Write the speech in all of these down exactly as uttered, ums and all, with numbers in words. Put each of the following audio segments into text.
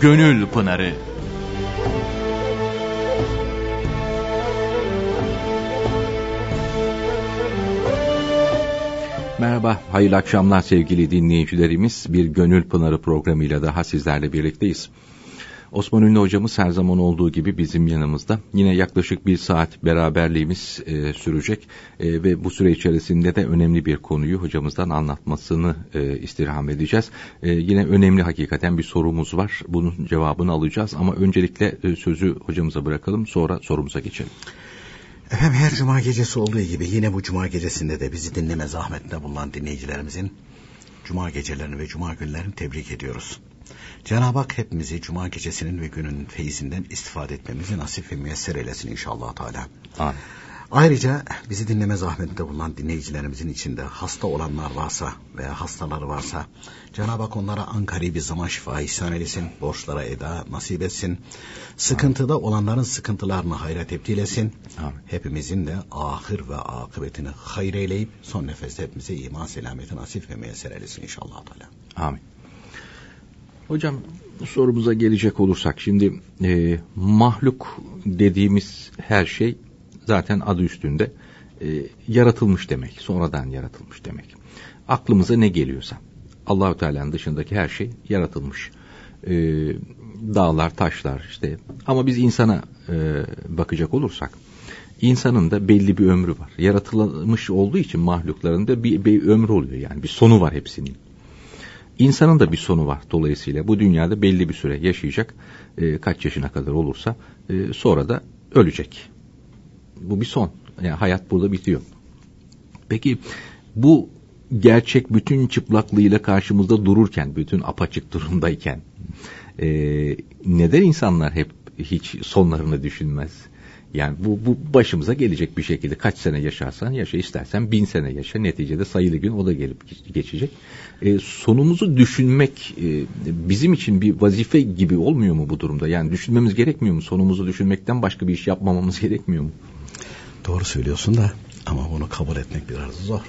Gönül Pınarı. Merhaba, hayırlı akşamlar sevgili dinleyicilerimiz. Bir Gönül Pınarı programıyla daha sizlerle birlikteyiz. Osman Ünlü hocamız her zaman olduğu gibi bizim yanımızda. Yine yaklaşık bir saat beraberliğimiz e, sürecek e, ve bu süre içerisinde de önemli bir konuyu hocamızdan anlatmasını e, istirham edeceğiz. E, yine önemli hakikaten bir sorumuz var. Bunun cevabını alacağız ama öncelikle e, sözü hocamıza bırakalım, sonra sorumuza geçelim. Efendim, her cuma gecesi olduğu gibi yine bu cuma gecesinde de bizi dinleme zahmetinde bulunan dinleyicilerimizin cuma gecelerini ve cuma günlerini tebrik ediyoruz. Cenab-ı Hak hepimizi cuma gecesinin ve günün feyzinden istifade etmemizi nasip ve müyesser eylesin inşallah Teala. Amin. Ayrıca bizi dinleme zahmetinde bulunan dinleyicilerimizin içinde hasta olanlar varsa veya hastaları varsa Cenab-ı Hak onlara ankari bir zaman şifa ihsan eylesin, borçlara eda nasip etsin, sıkıntıda olanların sıkıntılarını hayra tebdil etsin. Amin. Hepimizin de ahir ve akıbetini hayır eyleyip son nefeste hepimize iman selameti nasip ve müyesser eylesin inşallah Teala. Amin. Hocam, sorumuza gelecek olursak şimdi e, mahluk dediğimiz her şey zaten adı üstünde e, yaratılmış demek, sonradan yaratılmış demek. Aklımıza ne geliyorsa Allah-u Teala'nın dışındaki her şey yaratılmış. E, dağlar, taşlar işte. Ama biz insana e, bakacak olursak insanın da belli bir ömrü var. Yaratılmış olduğu için mahlukların da bir, bir ömrü oluyor, yani bir sonu var hepsinin. İnsanın da bir sonu var. Dolayısıyla bu dünyada belli bir süre yaşayacak. E, kaç yaşına kadar olursa e, sonra da ölecek. Bu bir son. Yani hayat burada bitiyor. Peki bu gerçek bütün çıplaklığıyla karşımızda dururken, bütün apaçık durumdayken e, neden insanlar hep hiç sonlarını düşünmez? Yani bu, bu başımıza gelecek bir şekilde. Kaç sene yaşarsan yaşa, istersen bin sene yaşa. Neticede sayılı gün o da gelip geçecek. E, sonumuzu düşünmek e, bizim için bir vazife gibi olmuyor mu bu durumda? Yani düşünmemiz gerekmiyor mu? Sonumuzu düşünmekten başka bir iş yapmamamız gerekmiyor mu? Doğru söylüyorsun da ama bunu kabul etmek biraz zor.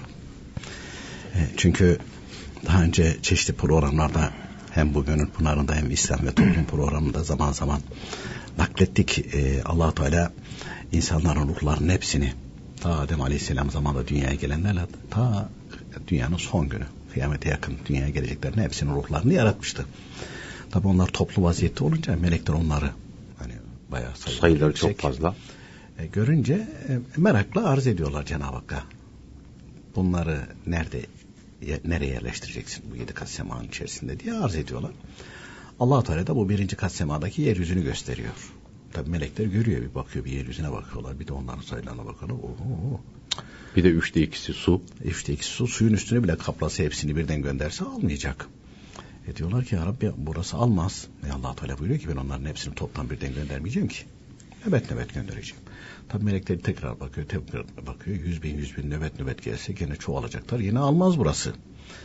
E, çünkü daha önce çeşitli programlarda hem bu Gönül Pınarı'nda hem İslam ve Toplum programında zaman zaman naklettik. E, Allah-u Teala insanların ruhlarının hepsini ta Adem Aleyhisselam zamanında dünyaya gelenlerle ta dünyanın son günü, kıyamete yakın dünyaya geleceklerin hepsinin ruhlarını yaratmıştı. Tabi onlar toplu vaziyette olunca melekler onları hani bayağı sayıları, sayıları çok fazla e, görünce e, merakla arz ediyorlar Cenab-ı Hakk'a. Bunları nerede ye, nereye yerleştireceksin bu yedi kat semanın içerisinde diye arz ediyorlar. Allah-u Teala da bu birinci kat semadaki yeryüzünü gösteriyor. Tabi melekler görüyor, bir bakıyor, bir yeryüzüne bakıyorlar, bir de onların sayılarına bakıyorlar. Oho. Bir de üçte ikisi su. Üçte ikisi su, suyun üstüne bile kaplasa hepsini birden gönderse almayacak. E diyorlar ki ya Rabbi burası almaz. E Allah-u Teala buyuruyor ki ben onların hepsini toptan birden göndermeyeceğim ki. Nöbet nöbet göndereceğim. Tabi melekler tekrar bakıyor, tekrar bakıyor. Yüz bin yüz bin nöbet nöbet gelse gene çoğalacaklar. Yine almaz burası.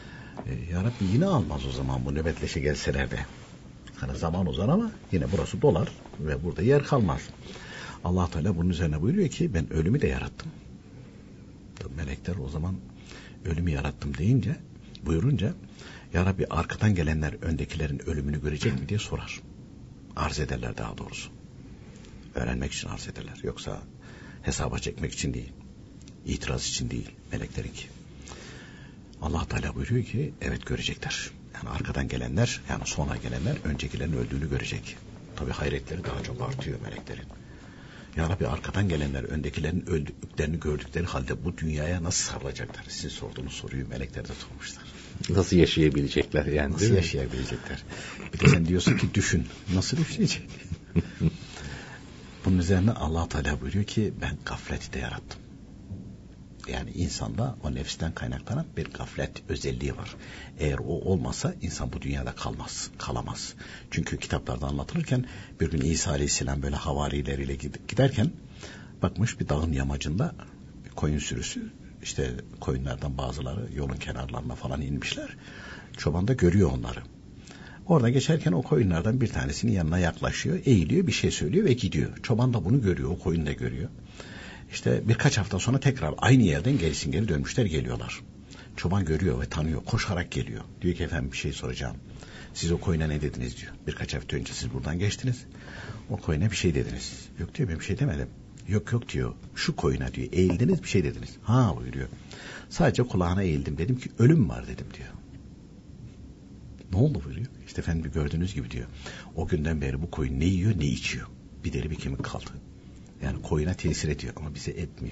E, ya Rabbi yine almaz o zaman bu nöbetleşe gelseler de. Hani zaman uzar ama yine burası dolar ve burada yer kalmaz. Allah Teala bunun üzerine buyuruyor ki ben ölümü de yarattım. Melekler o zaman ölümü yarattım deyince, buyurunca ya Rabbi arkadan gelenler öndekilerin ölümünü görecek mi diye sorar. Arz ederler daha doğrusu. Öğrenmek için arz ederler. Yoksa hesaba çekmek için değil. İtiraz için değil meleklerinki. Allah Teala buyuruyor ki evet görecekler. Yani arkadan gelenler, yani sonra gelenler öncekilerin öldüğünü görecek. Tabi hayretleri daha çok artıyor meleklerin. Ya Rabbi arkadan gelenler öndekilerin öldüklerini gördükleri halde bu dünyaya nasıl sarılacaklar? Sizin sorduğunuz soruyu melekler de sormuşlar. Nasıl yaşayabilecekler yani? Nasıl yaşayabilecekler? Bir de sen diyorsun ki düşün. Nasıl düşünecek? Bunun üzerine Allah Teala buyuruyor ki ben gafleti de yarattım. Yani insanda o nefsten kaynaklanan bir gaflet özelliği var. Eğer o olmasa insan bu dünyada kalmaz, kalamaz. Çünkü kitaplarda anlatılırken bir gün İsa Aleyhisselam böyle havarileriyle giderken bakmış bir dağın yamacında bir koyun sürüsü, işte koyunlardan bazıları yolun kenarlarına falan inmişler. Çoban da görüyor onları. Orada geçerken o koyunlardan bir tanesinin yanına yaklaşıyor, eğiliyor, bir şey söylüyor ve gidiyor. Çoban da bunu görüyor, o koyun da görüyor. İşte birkaç hafta sonra tekrar aynı yerden gerisin geri dönmüşler geliyorlar. Çoban görüyor ve tanıyor, koşarak geliyor. Diyor ki efendim bir şey soracağım. Siz o koyuna ne dediniz diyor. Birkaç hafta önce siz buradan geçtiniz. O koyuna bir şey dediniz. Yok diyor, ben bir şey demedim. Yok yok diyor. Şu koyuna diyor eğildiniz, bir şey dediniz. Ha buyuruyor. Sadece kulağına eğildim, dedim ki ölüm var dedim diyor. Ne oldu buyuruyor. İşte efendim gördüğünüz gibi diyor. O günden beri bu koyun ne yiyor ne içiyor. Bir deri bir kemik kaldı. Yani koyuna tesir ediyor ama bize etmiyor.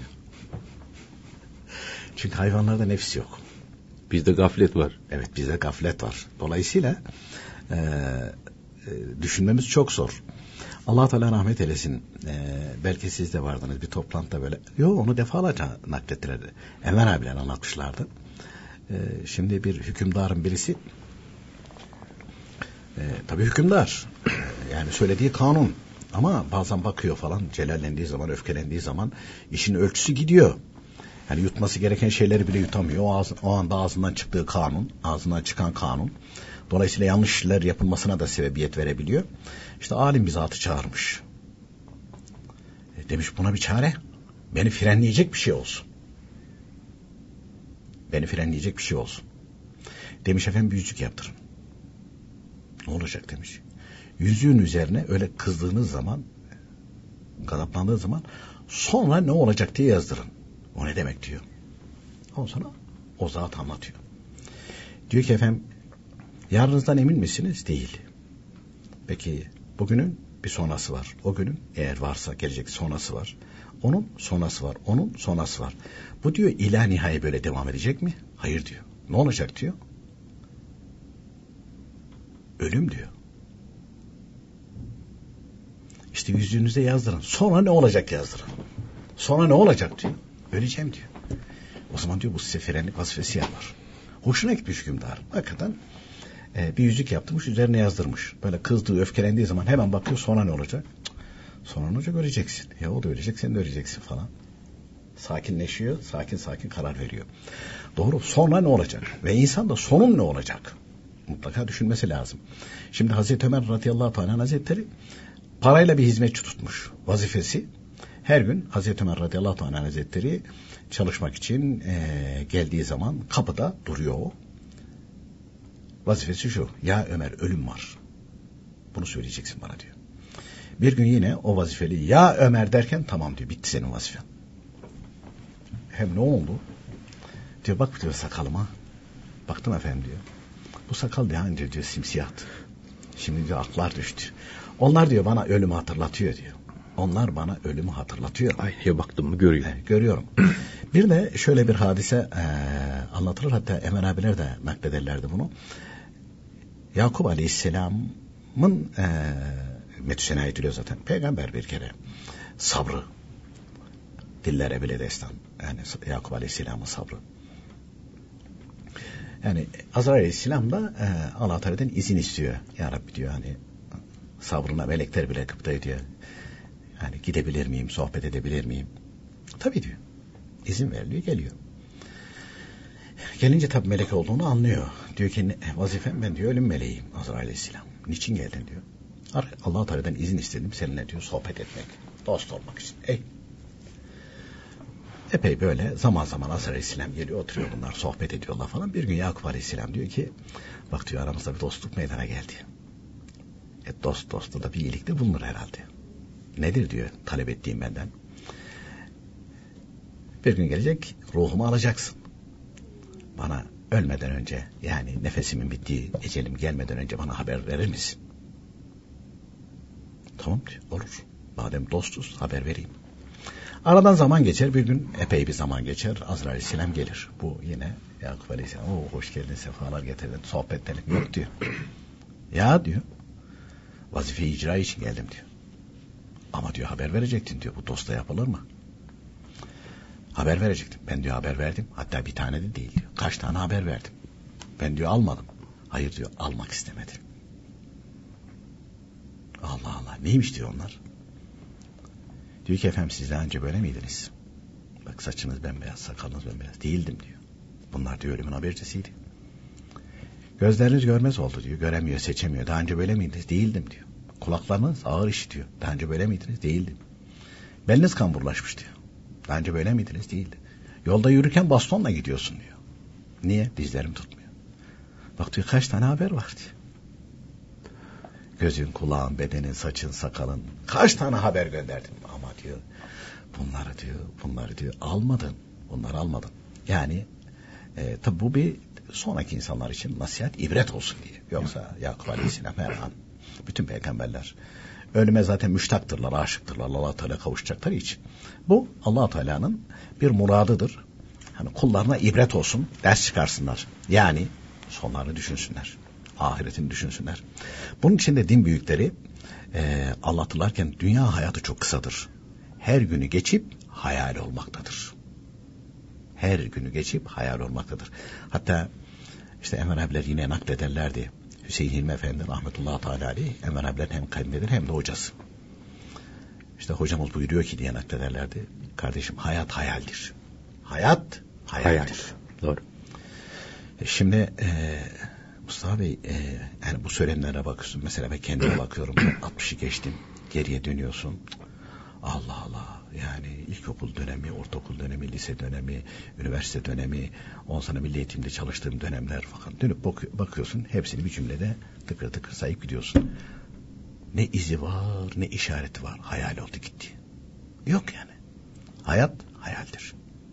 Çünkü hayvanlarda nefs yok. Bizde gaflet var. Evet, bizde gaflet var. Dolayısıyla e, e, düşünmemiz çok zor. Allah Teala rahmet eylesin. E, belki siz de vardınız bir toplantıda böyle. Yok, onu defalarca naklettiler. Enver abiler anlatmışlardı. E, şimdi bir hükümdarın birisi, e, tabii hükümdar. E, yani söylediği kanun. Ama bazen bakıyor falan, celallendiği zaman, öfkelendiği zaman işin ölçüsü gidiyor. Yani yutması gereken şeyleri bile yutamıyor. O, ağzı, o anda ağzından çıktığı kanun, ağzından çıkan kanun. Dolayısıyla yanlış işler yapılmasına da sebebiyet verebiliyor. İşte alim bir zatı çağırmış. E, demiş buna bir çare. Beni frenleyecek bir şey olsun. Beni frenleyecek bir şey olsun. Demiş efendim bir yüzük yaptırın. Ne olacak demiş. Yüzüğün üzerine öyle kızdığınız zaman, gazaplandığı zaman sonra ne olacak diye yazdırın. O ne demek diyor. Ondan sonra o zat anlatıyor. Diyor ki efendim yarınızdan emin misiniz? Değil. Peki bugünün bir sonrası var. O günün eğer varsa gelecek sonrası var. Onun sonrası var. Onun sonrası var. Bu diyor ila nihai böyle devam edecek mi? Hayır diyor. Ne olacak diyor. Ölüm diyor. İşte yüzüğünüze yazdırın. Sonra ne olacak yazdırın. Sonra ne olacak diyor. Öleceğim diyor. O zaman diyor bu size frenlik vazifesi yapar. Hoşuna gitmiş hükümdar. Hakikaten e, bir yüzük yaptırmış, üzerine yazdırmış. Böyle kızdığı, öfkelendiği zaman hemen bakıyor sonra ne olacak? Sonra ne olacak? Öleceksin. Ya o da ölecek, sen de öleceksin falan. Sakinleşiyor, sakin sakin karar veriyor. Doğru. Sonra ne olacak? Ve insan da sonun ne olacak? Mutlaka düşünmesi lazım. Şimdi Hazreti Ömer radıyallahu anh hazretleri parayla bir hizmetçi tutmuş. Vazifesi her gün Hazreti Ömer radıyallahu anh hazretleri çalışmak için e, geldiği zaman kapıda duruyor o. Vazifesi şu. Ya Ömer ölüm var. Bunu söyleyeceksin bana diyor. Bir gün yine o vazifeli ya Ömer derken tamam diyor. Bitti senin vazifen. Hem ne oldu? Diyor bak diyor sakalıma. Baktım efendim diyor. Bu sakal daha önce diyor simsiyahtı. Şimdi diyor aklar düştü. Onlar diyor bana ölümü hatırlatıyor diyor. Onlar bana ölümü hatırlatıyor. Aynaya baktım mı görüyorum. Evet, görüyorum. Bir de şöyle bir hadise e, anlatılır. Hatta Emel abiler de naklederlerdi bunu. Yakup Aleyhisselam'ın e, Metüsenayi ediliyor zaten. Peygamber bir kere. Sabrı. Dillere bile destan. Yani Yakup Aleyhisselam'ın sabrı. Yani Azrail Aleyhisselam da e, Allah Teala'dan izin istiyor. Ya Rabbi diyor hani sabrına melekler bile gıpta ediyor. Yani gidebilir miyim, sohbet edebilir miyim? Tabii diyor. İzin veriliyor, geliyor. Gelince tabii melek olduğunu anlıyor. Diyor ki vazifem ben diyor ölüm meleğiyim Azrail Aleyhisselam. Niçin geldin diyor. Allah Teala'dan izin istedim seninle diyor sohbet etmek, dost olmak için. Ey. Epey böyle zaman zaman Azrail Aleyhisselam geliyor, oturuyor bunlar, sohbet ediyorlar falan. Bir gün Yakup Aleyhisselam diyor ki bak diyor aramızda bir dostluk meydana geldi. E, dost dostu da bir iyilikte bulunur herhalde. Nedir diyor talep ettiğim benden. Bir gün gelecek ruhumu alacaksın. Bana ölmeden önce yani nefesimin bittiği ecelim gelmeden önce bana haber verir misin? Tamam diyor olur. Madem dostuz haber vereyim. Aradan zaman geçer bir gün epey bir zaman geçer. Azrail Aleyhisselam gelir. Bu yine Yakup Aleyhisselam o hoş geldin sefalar getirdin sohbet edelim. Yok diyor. Ya diyor vazife icra için geldim diyor. Ama diyor haber verecektin diyor. Bu dosta yapılır mı? Haber verecektim. Ben diyor haber verdim. Hatta bir tane de değil diyor. Kaç tane haber verdim. Ben diyor almadım. Hayır diyor almak istemedim. Allah Allah. Neymiş diyor onlar. Diyor ki efendim siz daha önce böyle miydiniz? Bak saçınız bembeyaz, sakalınız bembeyaz. Değildim diyor. Bunlar diyor ölümün habercisiydi. Gözleriniz görmez oldu diyor. Göremiyor, seçemiyor. Daha önce böyle miydiniz? Değildim diyor. Kulaklarınız ağır işitiyor. Daha önce böyle miydiniz? Değildim. Beliniz kamburlaşmış diyor. Daha önce böyle miydiniz? Değildi. Yolda yürürken bastonla gidiyorsun diyor. Niye? Dizlerim tutmuyor. Bak diyor kaç tane haber var diyor. Gözün, kulağın, bedenin, saçın, sakalın. Kaç tane haber gönderdin? Ama diyor bunları diyor, bunları diyor almadın. Bunları almadın. Yani e, tabi bu bir sonraki insanlar için nasihat, ibret olsun diye. Yoksa Yakup Aleyhisselam her an bütün peygamberler ölüme zaten müştaktırlar, aşıktırlar. Allah Teala kavuşacakları için. Bu Allah Teala'nın bir muradıdır. Hani kullarına ibret olsun, ders çıkarsınlar. Yani sonlarını düşünsünler. Ahiretini düşünsünler. Bunun için de din büyükleri e, anlatırlarken dünya hayatı çok kısadır. Her günü geçip hayal olmaktadır. Her günü geçip hayal olmaktadır. Hatta işte Enver abiler yine naklederlerdi. Hüseyin Hilmi Efendi rahmetullahi teala aleyh Enver abiler hem kayınpeder hem de hocası. İşte hocamız buyuruyor ki diye naklederlerdi. Kardeşim hayat hayaldir. Hayat hayaldir. Hayal. Doğru. E şimdi e, Mustafa Bey e, yani bu söylemlere bakıyorsun. Mesela ben kendime bakıyorum. altmışı geçtim. Geriye dönüyorsun. Allah Allah. Yani ilkokul dönemi, ortaokul dönemi, lise dönemi, üniversite dönemi, on sene milli eğitimde çalıştığım dönemler fakat dönüp bak- bakıyorsun hepsini bir cümlede tıkır tıkır sayıp gidiyorsun. Ne izi var, ne işareti var. Hayal oldu gitti. Yok yani. Hayat hayaldir.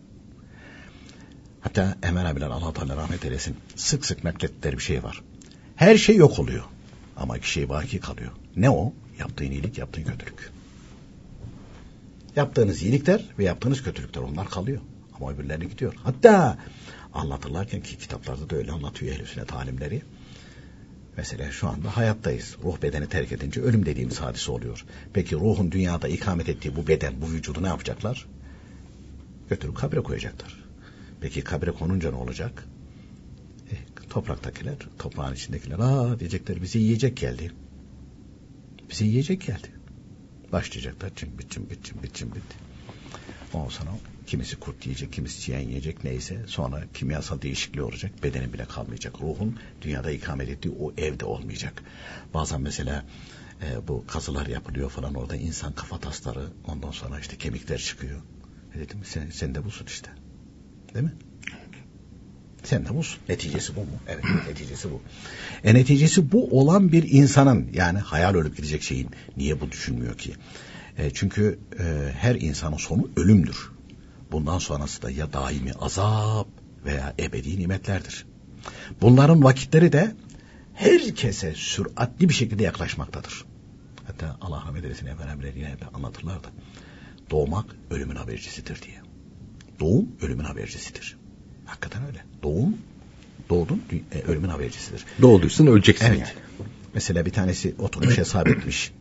Hatta Emel abiler Allah Teala rahmet eylesin sık sık naklettikleri bir şey var. Her şey yok oluyor. Ama bir şey baki kalıyor. Ne o? Yaptığın iyilik, yaptığın kötülük. Yaptığınız iyilikler ve yaptığınız kötülükler onlar kalıyor. Ama öbürlerine gidiyor. Hatta anlatırlarken ki kitaplarda da öyle anlatıyor ehl-i sünnet alimleri. Mesela şu anda hayattayız. Ruh bedeni terk edince ölüm dediğimiz hadise oluyor. Peki ruhun dünyada ikamet ettiği bu beden, bu vücudu ne yapacaklar? Götürüp kabre koyacaklar. Peki kabre konunca ne olacak? E, topraktakiler, toprağın içindekiler aa diyecekler bizi yiyecek geldi. Bizi yiyecek geldi. Başlayacaklar çımbıt çımbıt çımbıt çımbıt. Ondan sonra kimisi kurt yiyecek, kimisi çiyan yiyecek neyse. Sonra kimyasal değişikliği olacak. Bedenin bile kalmayacak. Ruhun dünyada ikamet ettiği o evde olmayacak. Bazen mesela e, bu kazılar yapılıyor falan orada insan kafa tasları ondan sonra işte kemikler çıkıyor. E dedim sen, sen de busun işte. Değil mi? Sen de busun. Neticesi bu mu? Evet neticesi bu. E neticesi bu olan bir insanın yani hayal ölüp gidecek şeyin niye bu düşünmüyor ki? E, çünkü e, her insanın sonu ölümdür. Bundan sonrası da ya daimi azap veya ebedi nimetlerdir. Bunların vakitleri de herkese süratli bir şekilde yaklaşmaktadır. Hatta Allah rahmet eylesin efendiler yine anlatırlardı. Doğmak ölümün habercisidir diye. Doğum ölümün habercisidir. Hakikaten öyle. Doğum, doğdun e, ölümün habercisidir. Doğduysun öleceksin evet. Yani. Mesela bir tanesi oturmuş hesap etmiş.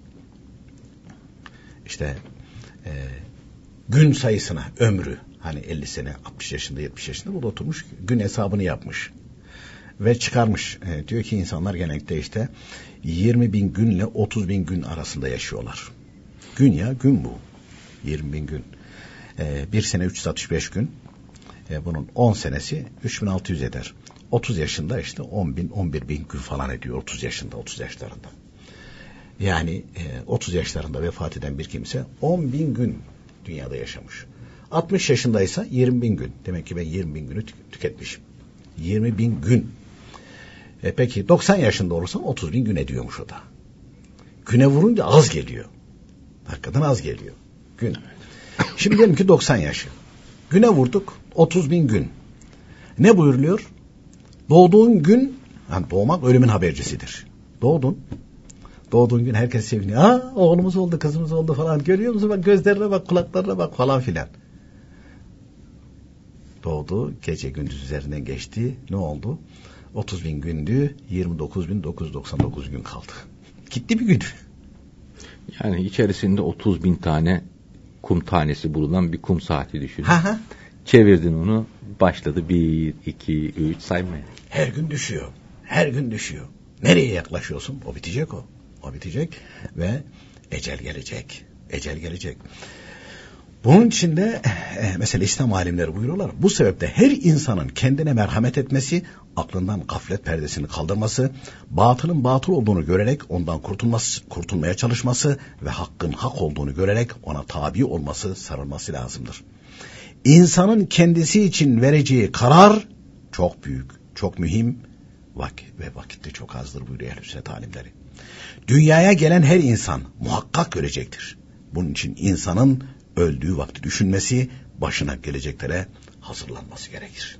İşte e, gün sayısına, ömrü hani elli sene, altmış yaşında, yetmiş yaşında bu da oturmuş gün hesabını yapmış. Ve çıkarmış. E, diyor ki insanlar genellikle işte yirmi bin günle otuz bin gün arasında yaşıyorlar. Gün ya gün bu. yirmi bin gün. E, bir sene üç yüz altmış beş gün. E, bunun on senesi üç bin altı yüz eder. otuz yaşında işte on bin, on bir bin gün falan ediyor. otuz yaşında, otuz yaşlarında. Yani e, otuz yaşlarında vefat eden bir kimse on bin gün dünyada yaşamış. altmış yaşındaysa yirmi bin gün. Demek ki ben yirmi bin günü tük- tüketmişim. yirmi bin gün. E, peki doksan yaşında olursam otuz bin gün ediyormuş o da. Güne vurunca az geliyor. Hakikaten az geliyor. Gün. Şimdi diyelim ki doksan yaşı. Güne vurduk otuz bin gün. Ne buyuruluyor? Doğduğun gün, yani doğmak ölümün habercisidir. Doğdun. Doğduğun gün herkes seviniyor. Aa oğlumuz oldu, kızımız oldu falan. Görüyor musun? Bak gözlerine bak, kulaklarına bak falan filan. Doğdu, gece gündüz üzerinden geçti. Ne oldu? otuz bin gündü, yirmi dokuz bin dokuz yüz doksan dokuz gün kaldı. Gitti bir gün. Yani içerisinde otuz bin tane kum tanesi bulunan bir kum saati düşünün. Ha ha. Çevirdin onu, başladı bir, iki, üç saymaya. Her gün düşüyor. Her gün düşüyor. Nereye yaklaşıyorsun? O bitecek o. O bitecek ve ecel gelecek. Ecel gelecek. Bunun için de e, mesela İslam alimleri buyuruyorlar. Bu sebeple her insanın kendine merhamet etmesi, aklından gaflet perdesini kaldırması, batılın batıl olduğunu görerek ondan kurtulması, kurtulmaya çalışması ve hakkın hak olduğunu görerek ona tabi olması, sarılması lazımdır. İnsanın kendisi için vereceği karar çok büyük, çok mühim vakit ve vakitte çok azdır buyuruyor ehl-i sünnet alimleri. Dünyaya gelen her insan muhakkak ölecektir. Bunun için insanın öldüğü vakti düşünmesi, başına geleceklere hazırlanması gerekir.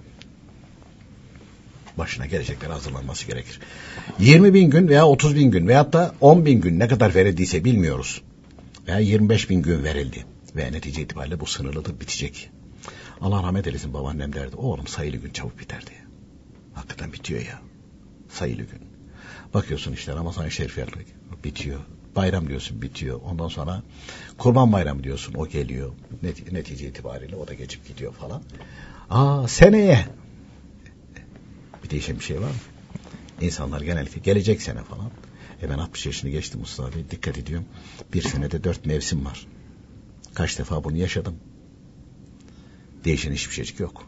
Başına geleceklere hazırlanması gerekir. yirmi bin gün veya otuz bin gün veyahut da on bin gün ne kadar verildiyse bilmiyoruz. Veya yirmi beş bin gün verildi. Ve netice itibariyle bu sınırlıdır, bitecek. Allah rahmet eylesin, babaannem derdi. Oğlum sayılı gün çabuk biter diye. Hakikaten bitiyor ya. Sayılı gün. Bakıyorsun işte Ramazan-ı Şerif yaklaşık bitiyor. Bayram diyorsun bitiyor. Ondan sonra Kurban Bayramı diyorsun o geliyor. Net, netice itibariyle o da geçip gidiyor falan. Aa seneye. Bir değişen bir şey var mı? İnsanlar genellikle gelecek sene falan. E ben altmış yaşını geçtim Mustafa Bey. Dikkat ediyorum. Bir senede dört mevsim var. Kaç defa bunu yaşadım. Değişen hiçbir şeycik yok.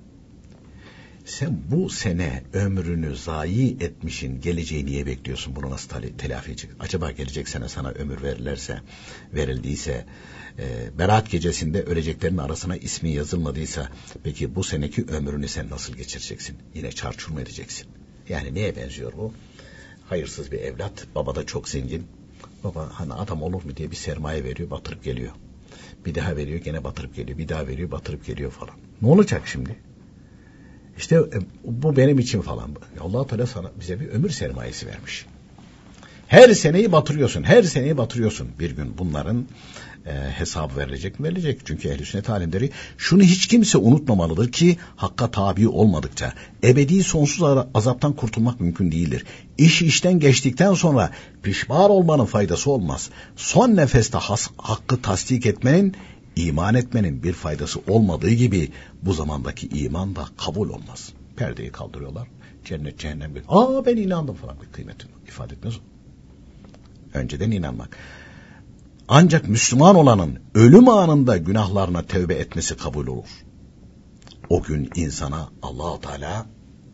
Sen bu sene ömrünü zayi etmişin, geleceği niye bekliyorsun? Bunu nasıl telafi edecek? Acaba gelecek sene sana ömür verirlerse, verildiyse, e, Berat gecesinde öleceklerin arasına ismi yazılmadıysa, peki bu seneki ömrünü sen nasıl geçireceksin? Yine çarçur mu edeceksin? Yani neye benziyor bu? Hayırsız bir evlat, baba da çok zengin. Baba hani adam olur mu diye bir sermaye veriyor, batırıp geliyor. Bir daha veriyor, gene batırıp geliyor. Bir daha veriyor, batırıp geliyor falan. Ne olacak şimdi? İşte bu benim için falan. Allah-u Teala sana bize bir ömür sermayesi vermiş. Her seneyi batırıyorsun, her seneyi batırıyorsun. Bir gün bunların e, hesabı verilecek mi? Verilecek. Çünkü ehl-i sünnet alimleri şunu hiç kimse unutmamalıdır ki hakka tabi olmadıkça ebedi sonsuz azaptan kurtulmak mümkün değildir. İş işten geçtikten sonra pişman olmanın faydası olmaz. Son nefeste has, hakkı tasdik etmenin, iman etmenin bir faydası olmadığı gibi bu zamandaki iman da kabul olmaz. Perdeyi kaldırıyorlar. Cennet, cehennem. Aa ben inandım falan. Bir kıymetini ifade etmez o. Önceden inanmak. Ancak Müslüman olanın ölüm anında günahlarına tevbe etmesi kabul olur. O gün insana Allah-u Teala,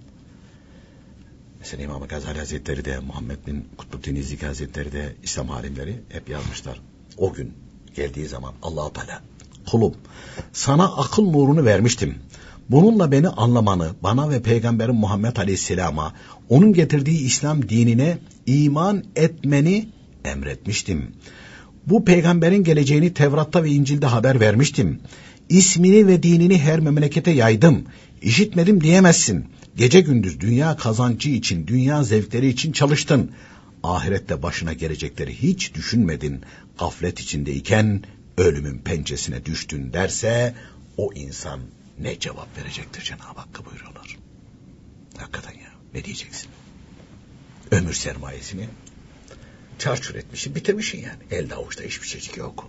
mesela İmam Gazali Hazretleri de, Muhammed bin Kutbuddin İzziki Hazretleri de, İslam alimleri hep yazmışlar. O gün geldiği zaman Allah-u Teala, kulum sana akıl nurunu vermiştim. Bununla beni anlamanı, bana ve Peygamberim Muhammed Aleyhisselam'a, onun getirdiği İslam dinine iman etmeni emretmiştim. Bu peygamberin geleceğini Tevrat'ta ve İncil'de haber vermiştim. İsmini ve dinini her memlekete yaydım. İşitmedim diyemezsin. Gece gündüz dünya kazancı için, dünya zevkleri için çalıştın. Ahirette başına gelecekleri hiç düşünmedin. Gaflet içindeyken ölümün pençesine düştün derse o insan ne cevap verecektir Cenab-ı Hakk'a buyuruyorlar. Hakikaten ya, ne diyeceksin? Ömür sermayesini çarçur etmişsin, bitirmişsin yani. Elde avuçta hiçbir şeycik yok.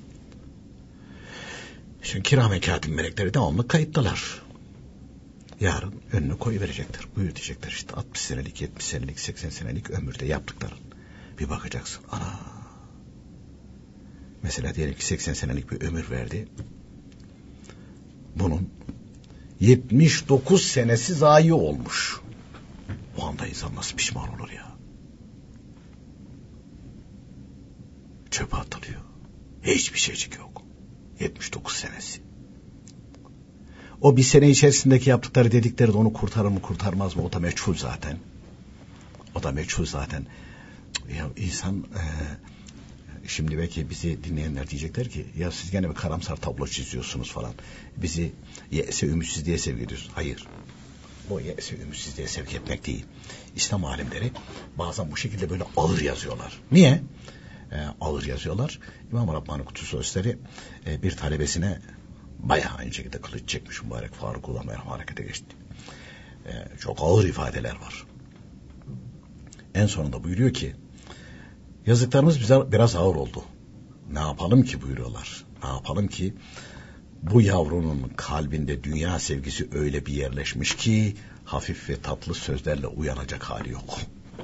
Şimdi kiramen katip melekleri devamlı kayıttılar. Yarın önüne koyuverecekler. Buyur diyecekler işte altmış senelik, yetmiş senelik, seksen senelik ömürde yaptıkların. Bir bakacaksın. Ana. Mesela diyelim ki seksen senelik bir ömür verdi. Bunun yetmiş dokuz senesi zayi olmuş. O anda insan nasıl pişman olur ya? Çöpe atılıyor. Hiçbir şeycik yok. yetmiş dokuz senesi. O bir sene içerisindeki yaptıkları dedikleri de onu kurtarır mı kurtarmaz mı? O da meçhul zaten. O da meçhul zaten. Ya insan e, şimdi belki bizi dinleyenler diyecekler ki ya siz gene bir karamsar tablo çiziyorsunuz falan. Bizi yese ümitsiz diye sevk ediyorsunuz. Hayır. Bu yese ümitsiz diye sevk etmek değil. İslam alimleri bazen bu şekilde böyle ağır yazıyorlar. Niye? E, ağır yazıyorlar. İmam Rabbani Kutusu Sözleri e, bir talebesine bayağı aynı şekilde kılıç çekmiş mübarek Faruk'la merhum harekete geçti. E, çok ağır ifadeler var. En sonunda buyuruyor ki yazdıklarımız bize biraz ağır oldu. Ne yapalım ki buyuruyorlar. Ne yapalım ki bu yavrunun kalbinde dünya sevgisi öyle bir yerleşmiş ki hafif ve tatlı sözlerle uyanacak hali yok.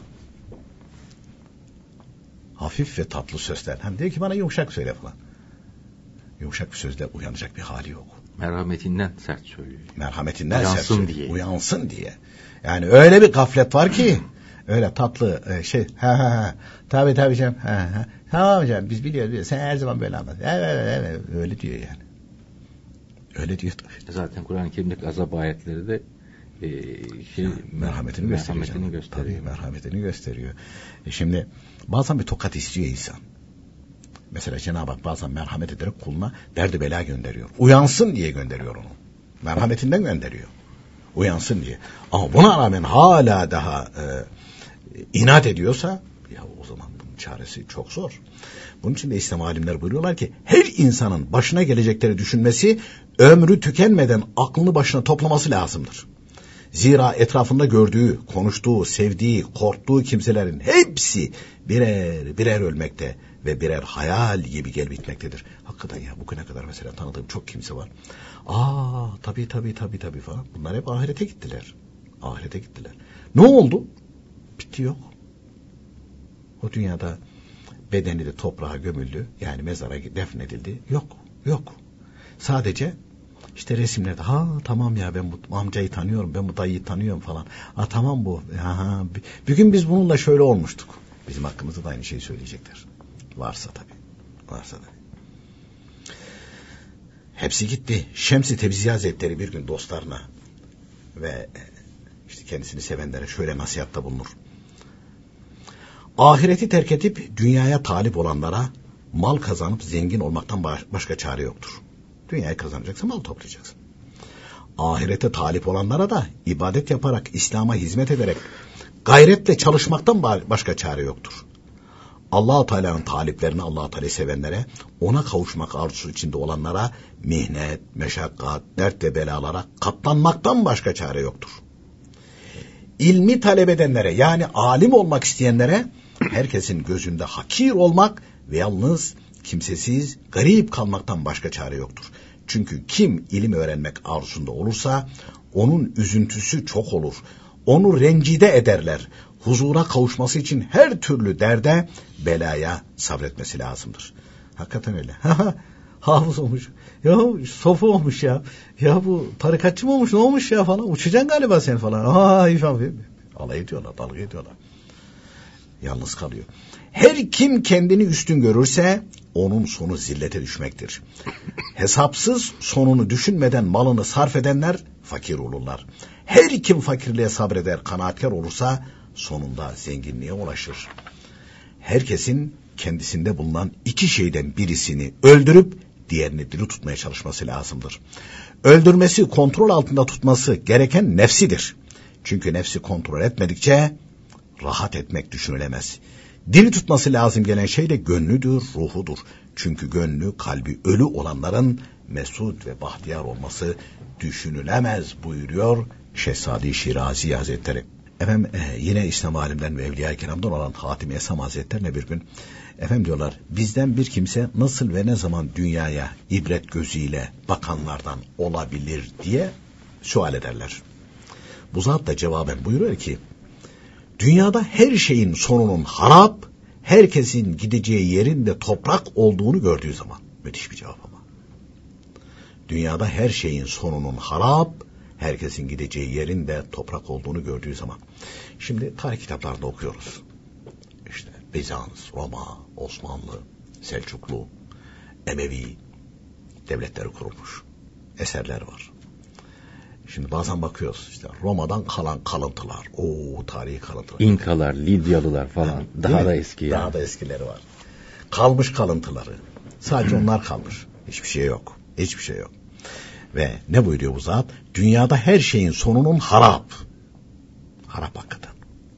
Hafif ve tatlı sözler. Hani diyor ki bana yumuşak söyle falan. Yumuşak bir sözle uyanacak bir hali yok. Merhametinden sert söylüyor. Merhametinden uyansın sert söylüyor. diye. Uyansın diye. Yani öyle bir gaflet var ki öyle tatlı şey ha ha ha tabii tabii canım ha ha tamam canım biz biliyoruz sen her zaman böyle anlat. Evet evet öyle diyor yani. Öyle diyor tabii. Zaten Kur'an-ı Kerim'deki azap ayetleri de e, şey, merhametini, merhametini gösteriyor. Tabii merhametini gösteriyor. E şimdi bazen bir tokat istiyor insan. Mesela Cenab-ı Hak bazen merhamet ederek kuluna derdi bela gönderiyor. Uyansın diye gönderiyor onu. Merhametinden gönderiyor. Uyansın diye. Ama buna rağmen hala daha e, inat ediyorsa ya o zaman bunun çaresi çok zor. Bunun için de İslam alimler buyuruyorlar ki her insanın başına gelecekleri düşünmesi, ömrü tükenmeden aklını başına toplaması lazımdır. Zira etrafında gördüğü, konuştuğu, sevdiği, korktuğu kimselerin hepsi birer birer ölmekte ve birer hayal gibi gelip bitmektedir. Hakikaten ya bugüne kadar mesela tanıdığım çok kimse var. Aa tabii tabii tabii tabii falan. Bunlar hep ahirete gittiler. Ahirete gittiler. Ne oldu? Bitti yok. O dünyada bedeni de toprağa gömüldü. Yani mezara defnedildi. Yok. Yok. Sadece işte resimlerde ha tamam ya ben bu amcayı tanıyorum, ben bu dayıyı tanıyorum falan. Ha tamam bu. Ha, bir, bir gün biz bununla şöyle olmuştuk. Bizim hakkımızda da aynı şeyi söyleyecekler. Varsa tabii. Varsa tabii. Hepsi gitti. Şems-i Tebzi Hazretleri bir gün dostlarına ve işte kendisini sevenlere şöyle nasihatta bulunur. Ahireti terk edip dünyaya talip olanlara mal kazanıp zengin olmaktan başka çare yoktur. Dünyayı kazanacaksın, mal toplayacaksın. Ahirete talip olanlara da ibadet yaparak, İslam'a hizmet ederek, gayretle çalışmaktan başka çare yoktur. Allah-u Teala'nın taliplerine, Allah-u Teala'yı sevenlere, ona kavuşmak arzusu içinde olanlara mihnet, meşakkat, dert ve belalara katlanmaktan başka çare yoktur. İlmi talep edenlere, yani alim olmak isteyenlere, herkesin gözünde hakir olmak ve yalnız, kimsesiz, garip kalmaktan başka çare yoktur. Çünkü kim ilim öğrenmek arzusunda olursa, onun üzüntüsü çok olur. Onu rencide ederler. Huzura kavuşması için her türlü derde, belaya sabretmesi lazımdır. Hakikaten öyle. Hafız olmuş. Ya sofu olmuş ya. Ya bu tarikatçı mı olmuş, ne olmuş ya falan. Uçacaksın galiba sen falan. Ay falan. Alay ediyorlar, dalga ediyorlar. Yalnız kalıyor. Her kim kendini üstün görürse onun sonu zillete düşmektir. Hesapsız sonunu düşünmeden malını sarf edenler fakir olurlar. Her kim fakirliğe sabreder, kanaatkar olursa sonunda zenginliğe ulaşır. Herkesin kendisinde bulunan iki şeyden birisini öldürüp diğerini diri tutmaya çalışması lazımdır. Öldürmesi, kontrol altında tutması gereken nefsidir. Çünkü nefsi kontrol etmedikçe rahat etmek düşünülemez. Diri tutması lazım gelen şey de gönlüdür, ruhudur. Çünkü gönlü, kalbi ölü olanların mesut ve bahtiyar olması düşünülemez buyuruyor Şehzade Şirazi Hazretleri. Efendim e, yine İslam alimden ve Evliya-i Kiram'dan olan Hatim-i Esam Hazretlerine bir gün efendim diyorlar, bizden bir kimse nasıl ve ne zaman dünyaya ibret gözüyle bakanlardan olabilir diye sual ederler. Bu zat da cevaben buyuruyor ki, dünyada her şeyin sonunun harap, herkesin gideceği yerin de toprak olduğunu gördüğü zaman. Müthiş bir cevap ama. Dünyada her şeyin sonunun harap, herkesin gideceği yerin de toprak olduğunu gördüğü zaman. Şimdi tarih kitaplarında okuyoruz. İşte Bizans, Roma, Osmanlı, Selçuklu, Emevi devletleri kurulmuş. Eserler var. Şimdi bazen bakıyoruz işte Roma'dan kalan kalıntılar. Oo, tarihi kalıntılar. İnkalar, Lidyalılar falan. Ha, daha da eski. Daha yani. da eskileri var. Kalmış kalıntıları. Sadece onlar kalmış. Hiçbir şey yok. Hiçbir şey yok. Ve ne buyuruyor bu zat? Dünyada her şeyin sonunun harap. Harap hakikaten.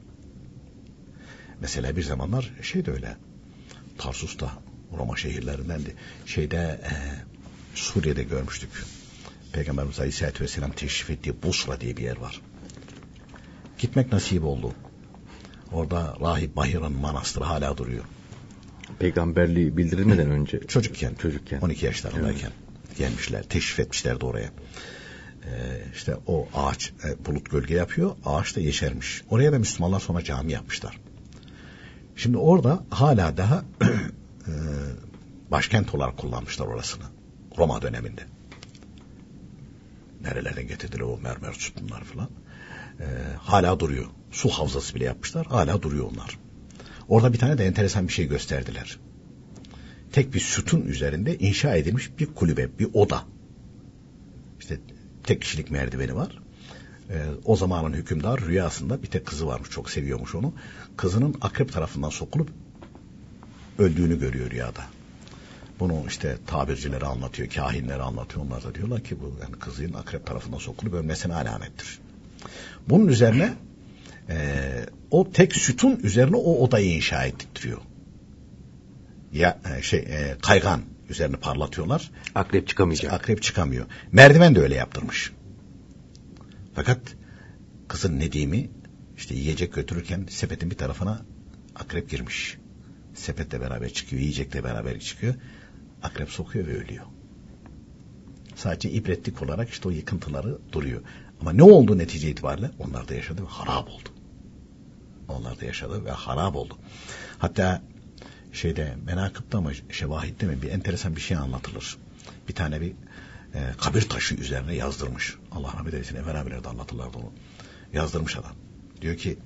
Mesela bir zamanlar şey de öyle. Tarsus'ta, Roma şehirlerindendi. Şeyde e, Suriye'de görmüştük. Peygamberimiz Aleyhisselatü Vesselam teşrif ettiği Busra diye bir yer var. Gitmek nasip oldu. Orada Rahip Bahir'in manastırı hala duruyor. Peygamberliği bildirilmeden önce. Çocukken. Çocukken. on iki yaşlarındayken evet. gelmişler. Teşrif etmişlerdi oraya. Ee, işte o ağaç e, bulut gölge yapıyor. Ağaç da yeşermiş. Oraya da Müslümanlar sonra cami yapmışlar. Şimdi orada hala daha e, başkent olarak kullanmışlar orasını. Roma döneminde. Nerelerden getirdiler o mermer sütunlar falan. Ee, hala duruyor. Su havzası bile yapmışlar. Hala duruyor onlar. Orada bir tane de enteresan bir şey gösterdiler. Tek bir sütun üzerinde inşa edilmiş bir kulübe, bir oda. İşte tek kişilik merdiveni var. e, o zamanın hükümdar rüyasında bir tek kızı varmış, çok seviyormuş onu. Kızının akrep tarafından sokulup öldüğünü görüyor rüyada. Bunu işte tabircileri anlatıyor, kahinleri anlatıyor. Onlar da diyorlar ki bu yani kızın akrep tarafından sokulup ölmesine alamettir. Bunun üzerine e, o tek sütun üzerine o odayı inşa ettiriyor. Ya e, şey e, kaygan üzerine parlatıyorlar. Akrep çıkamayacak. Akrep çıkamıyor. Merdiven de öyle yaptırmış. Fakat kızın Nedim'i işte yiyecek götürürken sepetin bir tarafına akrep girmiş. Sepetle beraber çıkıyor, yiyecekle beraber çıkıyor. Akrep sokuyor ve ölüyor. Sadece ibretlik olarak işte o yıkıntıları duruyor. Ama ne oldu netice itibariyle? Onlar da yaşadı ve harap oldu. Onlar da yaşadı ve harap oldu. Hatta şeyde Menakıb'da mı Şevahid'de mi bir enteresan bir şey anlatılır. Bir tane bir e, kabir taşı üzerine yazdırmış. Allah rahmet eylesin, Efer abiler de anlatırlardı onu. Yazdırmış adam. Diyor ki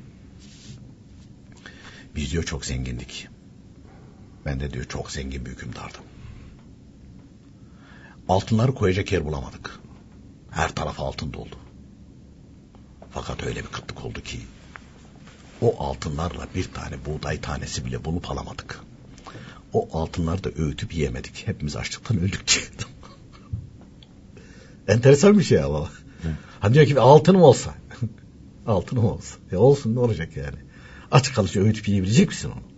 biz diyor çok zengindik. Ben de diyor çok zengin bir hükümdardım. Altınları koyacak yer bulamadık. Her taraf altın doldu. Fakat öyle bir kıtlık oldu ki o altınlarla bir tane buğday tanesi bile bulup alamadık. O altınları da öğütüp yiyemedik. Hepimiz açlıktan öldük. Enteresan bir şey ama. Hani diyor ki altınım olsa. Altınım olsa. Ya olsun, ne olacak yani. Aç kalınca öğütüp yiyebilecek misin onu?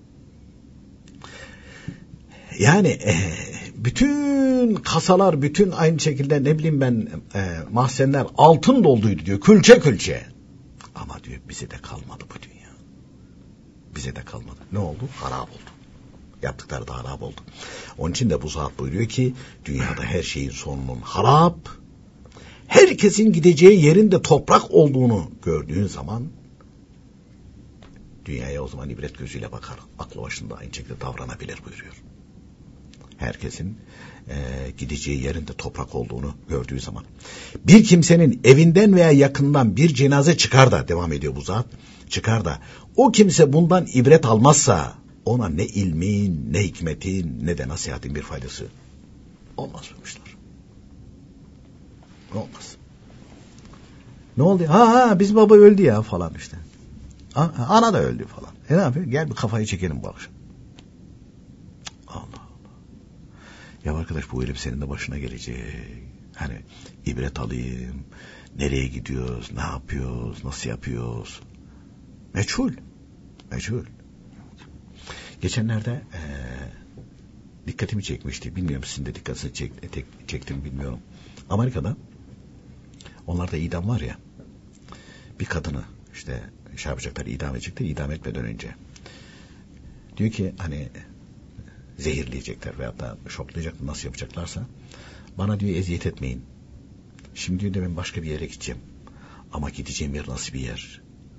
Yani e, bütün kasalar, bütün aynı şekilde ne bileyim ben e, mahzenler altın dolduydu diyor. Külçe külçe. Ama diyor bize de kalmadı bu dünya. Bize de kalmadı. Ne oldu? Harap oldu. Yaptıkları da harap oldu. Onun için de bu zat buyuruyor ki dünyada her şeyin sonunun harap, herkesin gideceği yerin de toprak olduğunu gördüğün zaman dünyaya o zaman ibret gözüyle bakar. Aklı başında aynı şekilde davranabilir buyuruyor. Herkesin e, gideceği yerin de toprak olduğunu gördüğü zaman. Bir kimsenin evinden veya yakından bir cenaze çıkar da, devam ediyor bu zat, çıkar da o kimse bundan ibret almazsa ona ne ilmin, ne hikmetin, ne de nasihatin bir faydası olmaz demişler. Olmaz. Ne oldu? Ha ha biz baba öldü ya falan işte. Ana da öldü falan. E ne yapıyor? Gel bir kafayı çekelim bu akşam. Allah Allah. Ya arkadaş bu ilim senin de başına gelecek. Hani ibret alayım. Nereye gidiyoruz? Ne yapıyoruz? Nasıl yapıyoruz? Meçhul. Meçhul. Geçenlerde ee, dikkatimi çekmişti. Bilmiyorum sizin de dikkatinizi çek, tek, çektim bilmiyorum. Amerika'da onlarda idam var ya. Bir kadını işte şey yapacaklar, idam edecekler, idam etmeden önce. Diyor ki hani zehirleyecekler veyahut da şoklayacaklar, nasıl yapacaklarsa. Bana diyor eziyet etmeyin. Şimdi diyor de ben başka bir yere gideceğim. Ama gideceğim yer nasıl bir yer?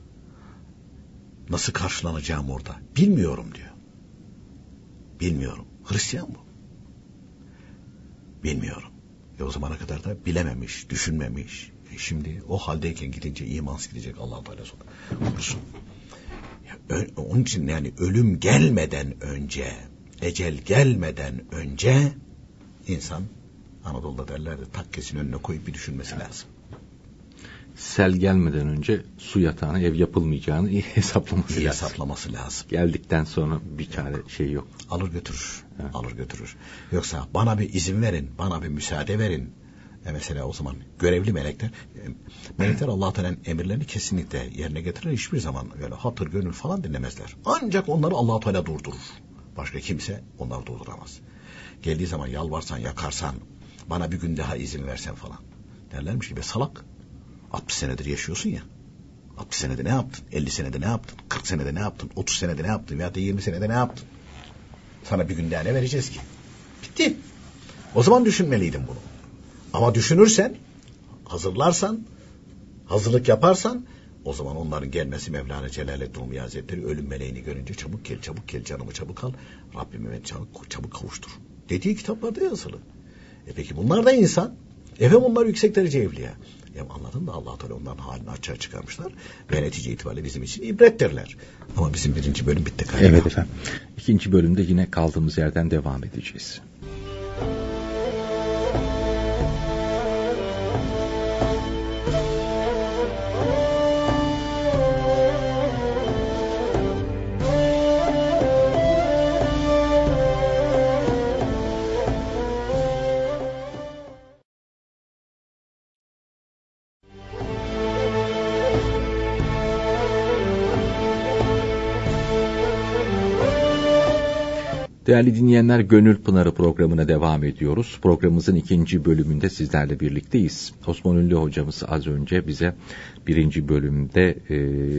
Nasıl karşılanacağım orada? Bilmiyorum diyor. Bilmiyorum. Hristiyan bu. Bilmiyorum. E o zamana kadar da bilememiş, düşünmemiş. E şimdi o haldeyken gidince imansız gidecek, Allah-u Teala korusun. Onun için yani ölüm gelmeden önce, ecel gelmeden önce insan, Anadolu'da derler de takkesin önüne koyup bir düşünmesi lazım. Sel gelmeden önce su yatağına ev yapılmayacağını iyi hesaplaması iyi lazım. hesaplaması lazım. Geldikten sonra bir çare şey yok. Alır götürür. Evet. Alır götürür. Yoksa bana bir izin verin, bana bir müsaade verin. E mesela o zaman görevli melekler, e, melekler Allah-u Teala'nın emirlerini kesinlikle yerine getirir. Hiçbir zaman öyle hatır, gönül falan dinlemezler. Ancak onları Allah-u Teala durdurur. Başka kimse onları durduramaz. Geldiği zaman yalvarsan, yakarsan, bana bir gün daha izin versen falan. Derlermiş ki be salak. altmış senedir yaşıyorsun ya. altmış senede ne yaptın? elli senede ne yaptın? kırk senede ne yaptın? otuz senede ne yaptın? Veyahut da yirmi senede ne yaptın? Sana bir gün daha ne vereceğiz ki? Bitti. O zaman düşünmeliydin bunu. Ama düşünürsen, hazırlarsan, hazırlık yaparsan, o zaman onların gelmesi Mevlana Celaleddin Rumi Hazretleri ölüm meleğini görünce çabuk gel, çabuk gel, canımı çabuk al, Rabbime beni çabuk, çabuk kavuştur dediği kitaplarda yazılı. E peki bunlar da insan. Efendim onlar yüksek derece evliya. Ya anladın da Allah-u Teala onların halini açığa çıkarmışlar ve netice itibariyle bizim için ibrettirler. Ama bizim birinci bölüm bitti galiba. Evet efendim. İkinci bölümde yine kaldığımız yerden devam edeceğiz. Değerli dinleyenler, Gönül Pınarı programına devam ediyoruz. Programımızın ikinci bölümünde sizlerle birlikteyiz. Osman Ünlü hocamız az önce bize birinci bölümde e,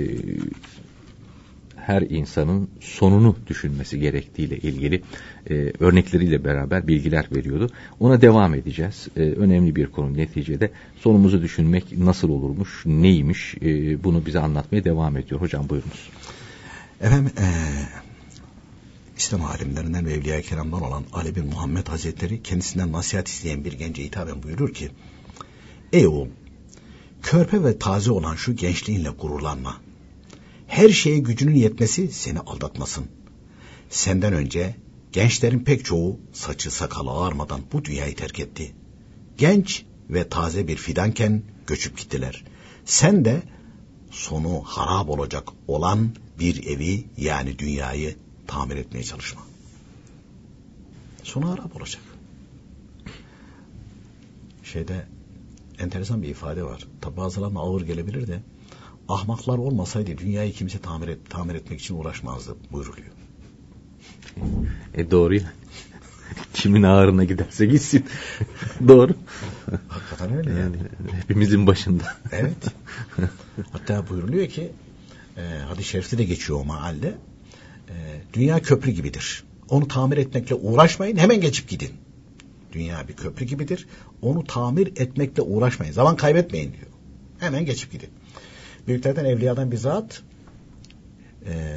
her insanın sonunu düşünmesi gerektiğiyle ilgili e, örnekleriyle beraber bilgiler veriyordu. Ona devam edeceğiz. E, önemli bir konu neticede. Sonumuzu düşünmek nasıl olurmuş, neymiş, e, bunu bize anlatmaya devam ediyor. Hocam buyurunuz. Efendim, ee, İslam alimlerinden ve Evliya-i Kiram'dan olan Ali bin Muhammed Hazretleri kendisinden nasihat isteyen bir gence hitaben buyurur ki: ey oğul, körpe ve taze olan şu gençliğinle gururlanma. Her şeye gücünün yetmesi seni aldatmasın. Senden önce gençlerin pek çoğu saçı sakalı ağarmadan bu dünyayı terk etti. Genç ve taze bir fidanken göçüp gittiler. Sen de sonu harap olacak olan bir evi, yani dünyayı tamir etmeye çalışma. Sonu harap olacak. Şeyde enteresan bir ifade var. Tabi bazılarına ağır gelebilir de, ahmaklar olmasaydı dünyayı kimse tamir, et, tamir etmek için uğraşmazdı buyruluyor. E doğru ya. Kimin ağrına giderse gitsin. Doğru. Hakikaten öyle yani. yani. Hepimizin başında. Evet. Hatta buyruluyor ki e, hadis-i şerifte de geçiyor o mealde. E, dünya köprü gibidir. Onu tamir etmekle uğraşmayın, hemen geçip gidin. Dünya bir köprü gibidir. Onu tamir etmekle uğraşmayın. Zaman kaybetmeyin diyor. Hemen geçip gidin. Büyüklerden, evliyadan bir zat, e,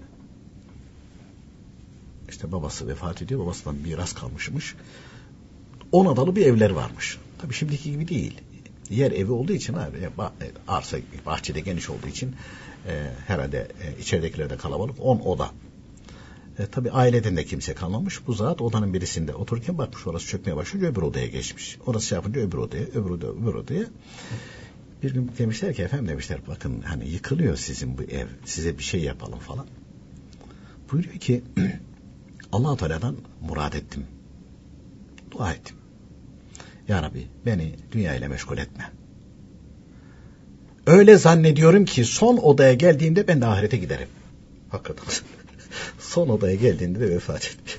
işte babası vefat ediyor. Babasından miras kalmışmış. On adalı bir evler varmış. Tabii şimdiki gibi değil. Yer evi olduğu için abi, arsa bahçede geniş olduğu için e, herhalde e, içeridekiler de kalabalık. On oda. E, tabii aileden de kimse kalmamış. Bu zat odanın birisinde otururken bakmış orası çökmeye başlıyor, öbür odaya geçmiş. Orası şey yapınca öbür odaya, öbür odaya, öbür odaya. Bir gün demişler ki, efendim demişler, bakın hani yıkılıyor sizin bu ev, size bir şey yapalım falan. Buyuruyor ki Allah-u Teala'dan murad ettim. Dua ettim. Ya Rabbi, beni dünya ile meşgul etme. Öyle zannediyorum ki son odaya geldiğimde ben de ahirete giderim. Hakikaten. Son odaya geldiğinde de vefat etmiş.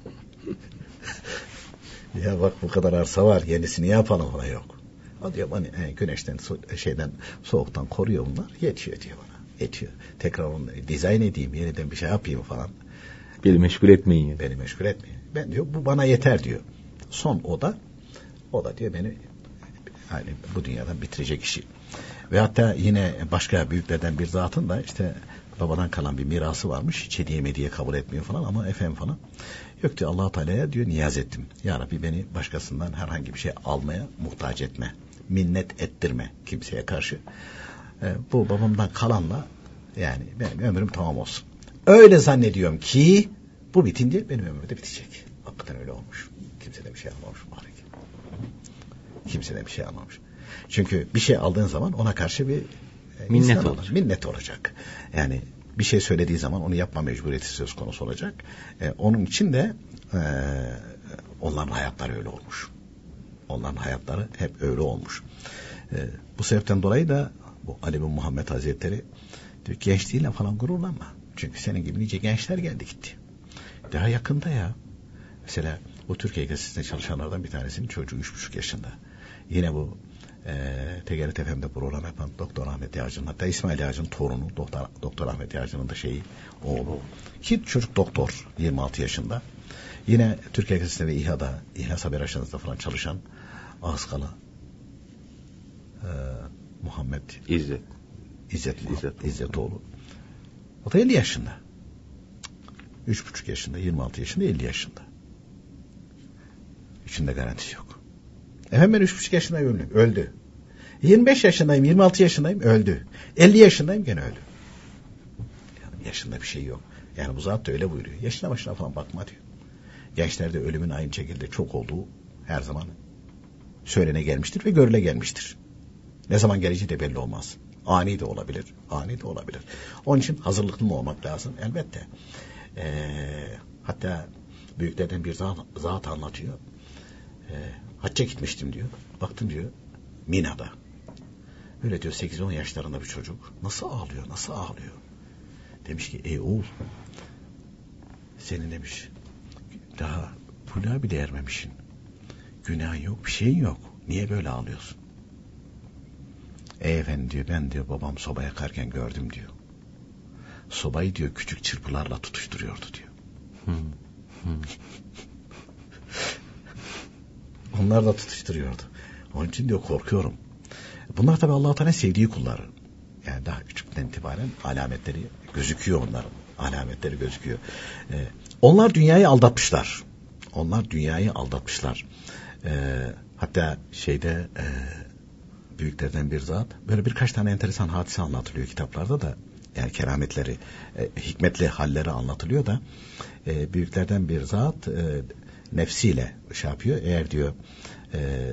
Ya bak, bu kadar arsa var, yenisini yapalım falan, yok. O diyor bana yani güneşten, şeyden, soğuktan koruyor bunlar. Yetiyor diyor bana. Yetiyor. Tekrar onu dizayn edeyim, yeniden bir şey yapayım falan. Beni meşgul etmeyin. Yani. Beni meşgul etmeyin. Ben diyor bu bana yeter diyor. Son oda, o da diyor beni yani bu dünyadan bitirecek işi. Ve hatta yine başka büyüklerden bir zatın da işte babadan kalan bir mirası varmış. Hiç hediye mediye kabul etmiyor falan, ama efendim falan. Yok diyor, Allah-u Teala'ya diyor niyaz ettim. Ya Rabbi, beni başkasından herhangi bir şey almaya muhtaç etme. Minnet ettirme kimseye karşı. Ee, bu babamdan kalanla yani benim ömrüm tamam olsun. Öyle zannediyorum ki bu bitince benim ömrüm de bitecek. Hakikaten öyle olmuş. Kimse de bir şey almamış mübarek. Kimse de bir şey almamış. Çünkü bir şey aldığın zaman ona karşı bir e, minnet olacak. Minnet olacak. Yani bir şey söylediği zaman onu yapma mecburiyeti söz konusu olacak. E, onun için de e, onların hayatları öyle olmuş. Onların hayatları hep öyle olmuş. E, bu sebepten dolayı da bu Ali bin Muhammed Hazretleri diyor, gençliğiyle falan gururlanma. Çünkü senin gibi nice gençler geldi gitti. Daha yakında ya. Mesela bu Türkiye Gazetesi'nde çalışanlardan bir tanesinin çocuğu üç buçuk yaşında. Yine bu e, T G R T F M'de program yapan Doktor Ahmet Yağcı'nın, hatta İsmail Yağcı'nın torunu Doktor, Doktor Ahmet Yağcı'nın da şeyi oğlu. Ki çocuk doktor, yirmi altı yaşında. Yine Türkiye Gazetesi'nde ve İHA'da, İHA Haber Ajansı'nda falan çalışan Ağızkalı e, Muhammed İzzet. İzzet, İzzet İzzetoğlu. O da elli yaşında. Üç buçuk yaşında, yirmi altı yaşında, elli yaşında. İçinde garantisi yok. Efendim ben üç buçuk yaşındayım, öldüm. Öldü. yirmi beş yaşındayım, yirmi altı yaşındayım, öldü. elli yaşındayım, gene öldü. Yani yaşında bir şey yok. Yani bu zat da öyle buyuruyor. Yaşına başına falan bakma diyor. Gençlerde ölümün aynı şekilde çok olduğu her zaman söylene gelmiştir ve görüle gelmiştir. Ne zaman geleceği de belli olmaz. Ani de olabilir, ani de olabilir. Onun için hazırlıklı mı olmak lazım? Elbette. Ee, hatta büyüklerden bir zat, zat anlatıyor. Ee, hacca gitmiştim diyor. Baktım diyor Mina'da. Öyle diyor sekiz on yaşlarında bir çocuk. Nasıl ağlıyor, nasıl ağlıyor? Demiş ki ey oğul, senin demiş daha buluğa bile ermemişsin. Günah yok, bir şeyin yok. Niye böyle ağlıyorsun? Ey efendi diyor, ben diyor babam soba yakarken gördüm diyor. Sobayı diyor küçük çırpılarla tutuşturuyordu diyor. Hmm. Hmm. Onlar da tutuşturuyordu. Onun için diyor korkuyorum. Bunlar tabii Allah-u Teala sevdiği kulları. Yani daha küçükten itibaren alametleri gözüküyor onların. Alametleri gözüküyor. Ee, onlar dünyayı aldatmışlar. Onlar dünyayı aldatmışlar. Ee, hatta şeyde e, büyüklerden bir zat böyle birkaç tane enteresan hadise anlatılıyor kitaplarda da. Yani kerametleri, e, hikmetli halleri anlatılıyor da e, büyüklerden bir zat e, nefsiyle şey yapıyor. Eğer diyor e,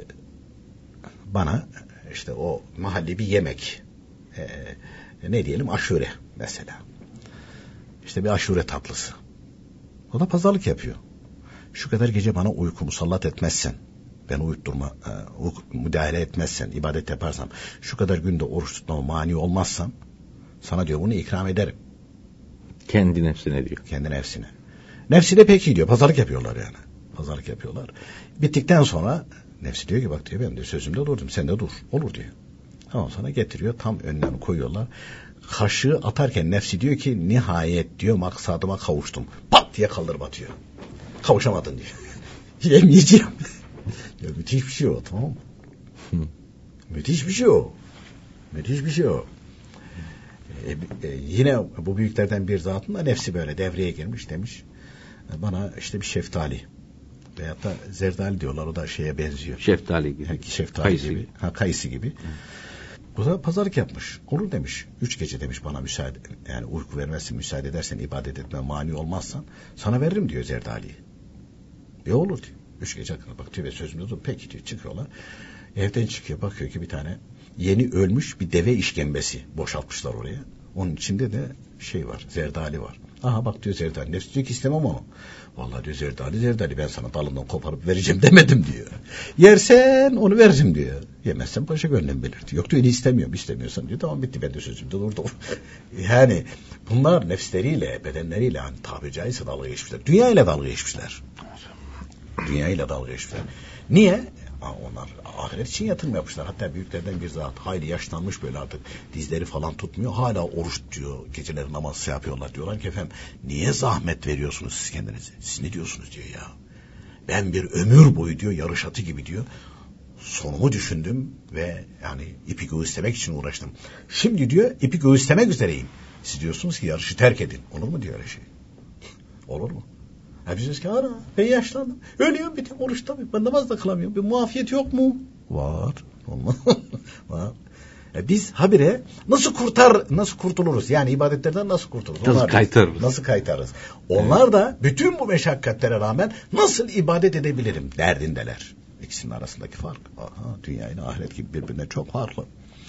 bana işte o mahalli bir yemek e, ne diyelim aşure mesela. İşte bir aşure tatlısı. O da pazarlık yapıyor. Şu kadar gece bana uyku musallat etmezsen, ben uyutturma, e, uyku, müdahale etmezsen, ibadet yaparsam, şu kadar günde oruç tutmama mani olmazsam, sana diyor bunu ikram ederim. Kendi nefsine diyor. Kendi nefsine. Nefsi de peki diyor. Pazarlık yapıyorlar yani. Pazarlık yapıyorlar. Bittikten sonra nefsi diyor ki bak diyor ben de sözümde durdum. Sen de dur. Olur diyor. Ondan sonra getiriyor. Tam önüne koyuyorlar. Kaşığı atarken nefsi diyor ki nihayet diyor maksadıma kavuştum. Pat diye kaldırıp atıyor. Kavuşamadın diyor. Yemeyeceğim. Ya müthiş bir şey o, tamam mı? Müthiş bir şey o. Müthiş bir şey o. E, e, yine bu büyüklerden bir zatın da nefsi böyle devreye girmiş demiş. E, bana işte bir şeftali veyahut da zerdali diyorlar, o da şeye benziyor. Şeftali gibi. Yani şeftali kayısı gibi. gibi. Ha, kayısı gibi. Hı. Bu da pazarlık yapmış. Olur demiş. Üç gece demiş bana müsaade, yani uyku vermezsin, müsaade edersen, ibadet etme mani olmazsan sana veririm diyor zerdaliyi. E olur diyor. Üç gece hakkında bak diyor ve sözümde dur. Peki diyor, çıkıyorlar. Evden çıkıyor, bakıyor ki bir tane yeni ölmüş bir deve işkembesi boşaltmışlar oraya. Onun içinde de şey var, zerdali var. Aha bak diyor zerdali. Nefsi diyor ki istemem onu. Vallahi diyor zerdali zerdali ben sana dalından koparıp vereceğim demedim diyor. Yersen onu vereceğim diyor. Yemezsen başa gönlüm bilir diyor. Yok diyor istemiyorum, istemiyorsan diyor. Tamam bitti, ben de sözümde durdum. Yani bunlar nefsleriyle, bedenleriyle hani tabiri caizse dalga geçmişler. Dünya ile dalga geçmişler. Dünya ile dalga geçmişler. Niye? Onlar ahiret için yatırım yapmışlar. Hatta büyüklerden bir zat hayli yaşlanmış böyle artık dizleri falan tutmuyor. Hala oruç tutuyor. Geceleri namaz şey yapıyorlar. Diyorlar ki efendim niye zahmet veriyorsunuz siz kendinize? Siz ne diyorsunuz diyor ya. Ben bir ömür boyu diyor yarış atı gibi diyor. Sonumu düşündüm ve yani ipi göğüslemek için uğraştım. Şimdi diyor ipi göğüslemek üzereyim. Siz diyorsunuz ki yarışı terk edin. Olur mu diyor öyle şey? Olur mu? Ya biz diyoruz ki ara ben yaşlandım. Ölüyorum bir tek oruçta mı? Ben namaz da kılamıyorum. Bir muafiyet yok mu? Var. Olmaz. Var. Ya biz habire nasıl kurtar, nasıl kurtuluruz? Yani ibadetlerden nasıl kurtuluruz? Nasıl kaytarırız? Nasıl kaytarırız? Onlar evet. da bütün bu meşakkatlere rağmen nasıl ibadet edebilirim derdindeler. İkisinin arasındaki fark. Aha, dünya ile ahiret gibi birbirine çok farklı.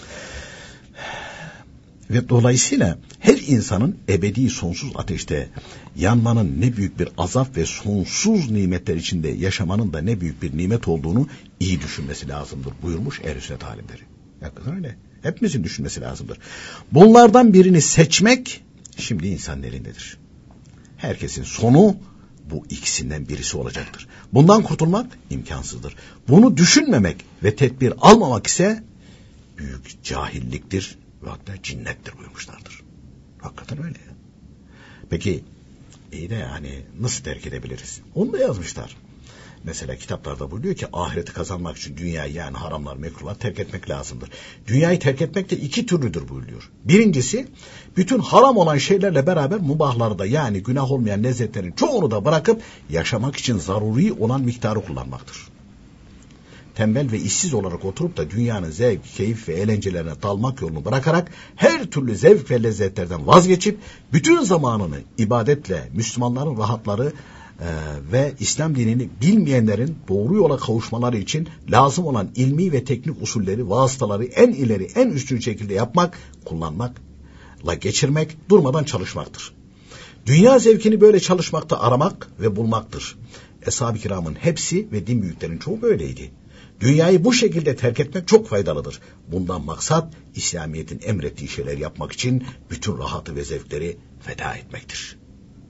Ve dolayısıyla her insanın ebedi sonsuz ateşte yanmanın ne büyük bir azap ve sonsuz nimetler içinde yaşamanın da ne büyük bir nimet olduğunu iyi düşünmesi lazımdır buyurmuş Ehl-i Sünnet alimleri. Hakikaten öyle. Hepimizin düşünmesi lazımdır. Bunlardan birini seçmek şimdi insanın elindedir. Herkesin sonu bu ikisinden birisi olacaktır. Bundan kurtulmak imkansızdır. Bunu düşünmemek ve tedbir almamak ise büyük cahilliktir ve hatta cinnettir buyurmuşlardır. Hakikaten öyle. Peki iyi de yani nasıl terk edebiliriz? Onu da yazmışlar. Mesela kitaplarda buyuruyor ki ahireti kazanmak için dünyayı yani haramlar, mekruhlar terk etmek lazımdır. Dünyayı terk etmek de iki türlüdür buyuruyor. Birincisi bütün haram olan şeylerle beraber mubahları da yani günah olmayan lezzetlerin çoğunu da bırakıp yaşamak için zaruri olan miktarı kullanmaktır. Tembel ve işsiz olarak oturup da dünyanın zevk, keyif ve eğlencelerine dalmak yolunu bırakarak her türlü zevk ve lezzetlerden vazgeçip bütün zamanını ibadetle Müslümanların rahatları e, ve İslam dinini bilmeyenlerin doğru yola kavuşmaları için lazım olan ilmi ve teknik usulleri, vasıtaları en ileri, en üstün şekilde yapmak, kullanmakla geçirmek, durmadan çalışmaktır. Dünya zevkini böyle çalışmakta aramak ve bulmaktır. Eshab-ı kiramın hepsi ve din büyüklerin çoğu böyleydi. Dünyayı bu şekilde terk etmek çok faydalıdır. Bundan maksat İslamiyet'in emrettiği şeyler yapmak için bütün rahatı ve zevkleri feda etmektir.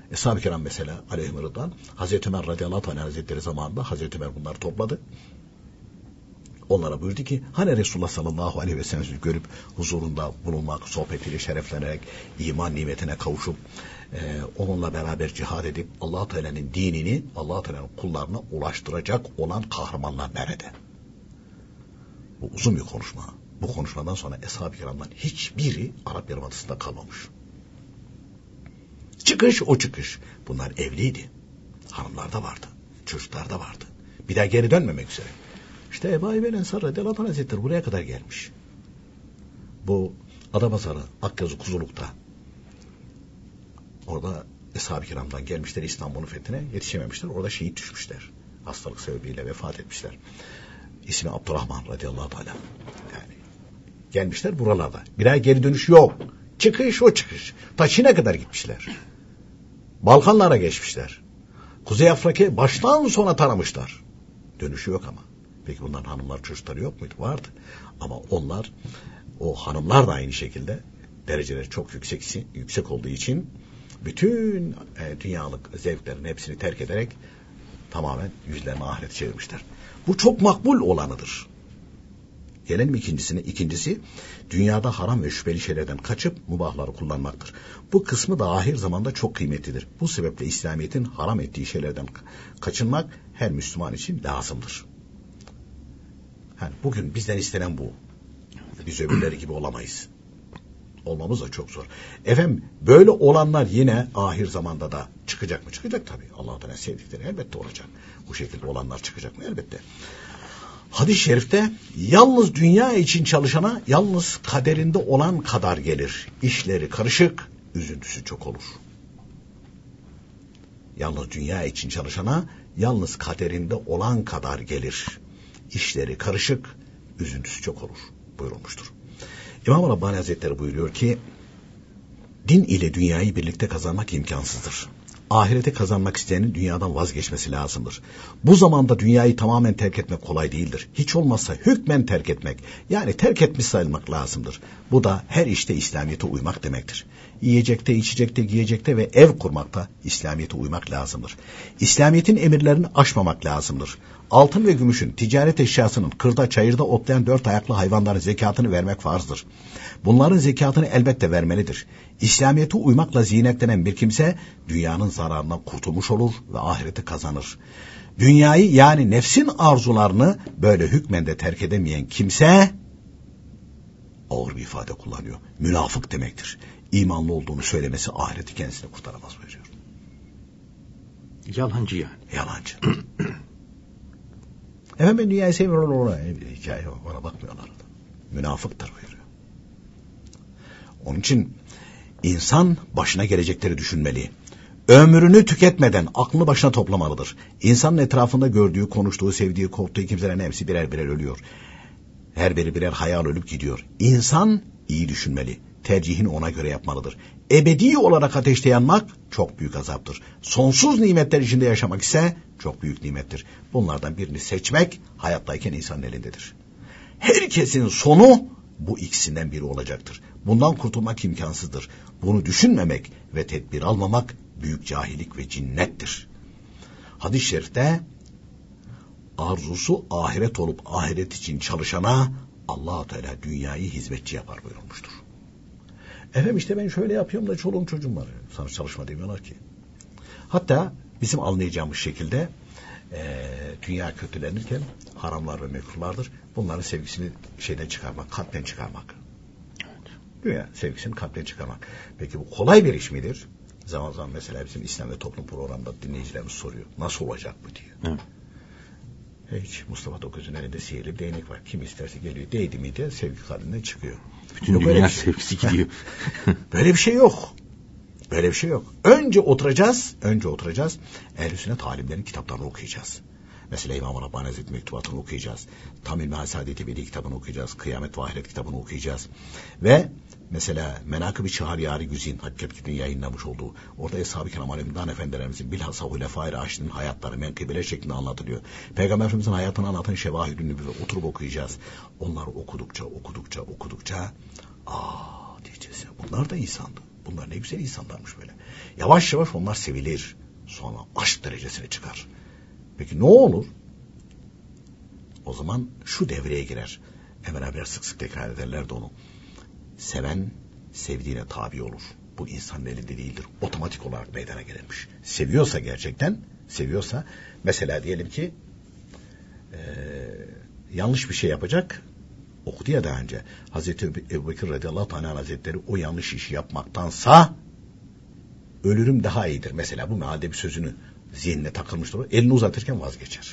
Eshab-ı Kiram mesela aleyhim rıdvan, Hazreti Ömer radıyallahu anh hazretleri zamanında Hazreti Ömer bunları topladı. Onlara buyurdu ki hani Resulullah sallallahu aleyhi ve sellem'i görüp huzurunda bulunmak, sohbetiyle şereflenerek iman nimetine kavuşup e, onunla beraber cihad edip Allah-u Teala'nın dinini Allah-u Teala'nın kullarına ulaştıracak olan kahramanlar nerede? Bu uzun bir konuşma. Bu konuşmadan sonra Eshab-ı Kiram'dan hiçbiri Arap Yarımadası'nda kalmamış. Çıkış o çıkış. Bunlar evliydi. Hanımlar da vardı. Çocuklar da vardı. Bir daha geri dönmemek üzere. İşte Ebu Eyyub el-Ensari radıyallahu anh hazretleri buraya kadar gelmiş. Bu Adapazarı, Akyazı, Kuzuluk'ta. Orada Eshab-ı Kiram'dan gelmişler İstanbul'un fethine, yetişememişler. Orada şehit düşmüşler. Hastalık sebebiyle vefat etmişler. İsmi Abdurrahman radıyallahu anh. Yani gelmişler buralarda. Bir daha geri dönüş yok. Çıkış o çıkış. Ta Çin'e kadar gitmişler. Balkanlara geçmişler. Kuzey Afrika'yı baştan sona taramışlar. Dönüşü yok ama. Peki bunların hanımlar çocukları yok muydu? Vardı. Ama onlar, o hanımlar da aynı şekilde dereceleri çok yüksek, yüksek olduğu için bütün e, dünyalık zevklerin hepsini terk ederek tamamen yüzlerini ahirete çevirmişler. Bu çok makbul olanıdır. Gelelim ikincisine. İkincisi, dünyada haram ve şüpheli şeylerden kaçıp mubahları kullanmaktır. Bu kısmı da ahir zamanda çok kıymetlidir. Bu sebeple İslamiyet'in haram ettiği şeylerden kaçınmak her Müslüman için lazımdır. Yani bugün bizden istenen bu. Biz öbürleri gibi olamayız. Olmamız da çok zor. Efendim böyle olanlar yine ahir zamanda da çıkacak mı? Çıkacak tabii. Allah-u Teala sevdikleri elbette olacak. Bu şekilde olanlar çıkacak mı? Elbette. Hadis-i şerifte yalnız dünya için çalışana yalnız kaderinde olan kadar gelir. İşleri karışık, üzüntüsü çok olur. Yalnız dünya için çalışana yalnız kaderinde olan kadar gelir. İşleri karışık, üzüntüsü çok olur buyurulmuştur. İmam Rabbani Hazretleri buyuruyor ki, din ile dünyayı birlikte kazanmak imkansızdır. Ahirete kazanmak isteyenin dünyadan vazgeçmesi lazımdır. Bu zamanda dünyayı tamamen terk etmek kolay değildir. Hiç olmazsa hükmen terk etmek, yani terk etmiş sayılmak lazımdır. Bu da her işte İslamiyet'e uymak demektir. Yiyecekte, içecekte, giyecekte ve ev kurmakta İslamiyet'e uymak lazımdır. İslamiyet'in emirlerini aşmamak lazımdır. Altın ve gümüşün, ticaret eşyasının, kırda çayırda otlayan dört ayaklı hayvanların zekatını vermek farzdır. Bunların zekatını elbette vermelidir. İslamiyet'e uymakla zinetlenen bir kimse dünyanın zararından kurtulmuş olur ve ahireti kazanır. Dünyayı yani nefsin arzularını böyle hükmen de terk edemeyen kimse ağır bir ifade kullanıyor. Münafık demektir. İmanlı olduğunu söylemesi ahireti kendisini kurtaramaz buyuruyor. Yalancı yani. Yalancı. Efendim ben dünyayı sevmiyorum ona. Hikaye ona bakmıyorlar. Münafıktır buyuruyor. Onun için insan başına gelecekleri düşünmeli. Ömrünü tüketmeden aklını başına toplamalıdır. İnsanın etrafında gördüğü, konuştuğu, sevdiği, korktuğu kimselerin hepsi birer birer ölüyor. Her biri birer hayal ölüp gidiyor. İnsan iyi düşünmeli. Tercihini ona göre yapmalıdır. Ebedi olarak ateşte yanmak çok büyük azaptır. Sonsuz nimetler içinde yaşamak ise çok büyük nimettir. Bunlardan birini seçmek hayattayken insanın elindedir. Herkesin sonu bu ikisinden biri olacaktır. Bundan kurtulmak imkansızdır. Bunu düşünmemek ve tedbir almamak büyük cahillik ve cinnettir. Hadis-i şerifte arzusu ahiret olup ahiret için çalışana Allah-u Teala dünyayı hizmetçi yapar buyurulmuştur. Efendim işte ben şöyle yapıyorum da çoluğum çocuğum var. Sana çalışma demiyorlar ki. Hatta bizim anlayacağımız şekilde e, dünya kötülenirken haramlar ve mekruhlardır. Bunların sevgisini şeyden çıkarmak, kalpten çıkarmak. Evet. Dünya sevgisini kalpten çıkarmak. Peki bu kolay bir iş midir? Zaman zaman mesela bizim İslam ve Toplum programında dinleyicilerimiz soruyor. Nasıl olacak bu diyor. Evet. Hiç Mustafa Dokuz'un elinde sihirli bir değnek var. Kim isterse geliyor. Değdi mi de sevgi kalbinden çıkıyor. Bütün yok, dünya şey. Sevgisi gidiyor. Böyle bir şey yok. Böyle bir şey yok. Önce oturacağız. Önce oturacağız. Ehl-i Sünnet alimlerin kitaplarını okuyacağız. Mesela İmam Rabbani Hazretleri mektubatını okuyacağız. Tam-ül Mehasadeti Veli kitabını okuyacağız. Kıyamet ve Ahiret kitabını okuyacağız. Ve mesela Menakıb-i Şahriyari Güzin Hakikat kitabını yayınlamış olduğu, orada Eshab-ı Kiram Aleyhisselam Efendilerimizin bilhassa Hulefai Raşid'in hayatları menkıbeler şeklinde anlatılıyor. Peygamber Efendimizin hayatını anlatan Şevahid-ün Nübüvve oturup okuyacağız. Onları okudukça okudukça okudukça aa diyeceğiz ya bunlar da insandı. bunlar ne güzel insanlarmış böyle. Yavaş yavaş onlar sevilir. Sonra aşk derecesine çıkar. Peki ne olur? O zaman şu devreye girer. Hemen haber sık sık tekrar ederler de onu. Seven sevdiğine tabi olur. Bu insanın elinde değildir. Otomatik olarak meydana gelirmiş. Seviyorsa gerçekten, seviyorsa mesela diyelim ki e, yanlış bir şey yapacak. Okudu ya daha önce. Hazreti Ebubekir radıyallahu anh hazretleri o yanlış işi yapmaktansa ölürüm daha iyidir. Mesela bu mealde bir sözünü zihnine takılmıştır. Elini uzatırken vazgeçer.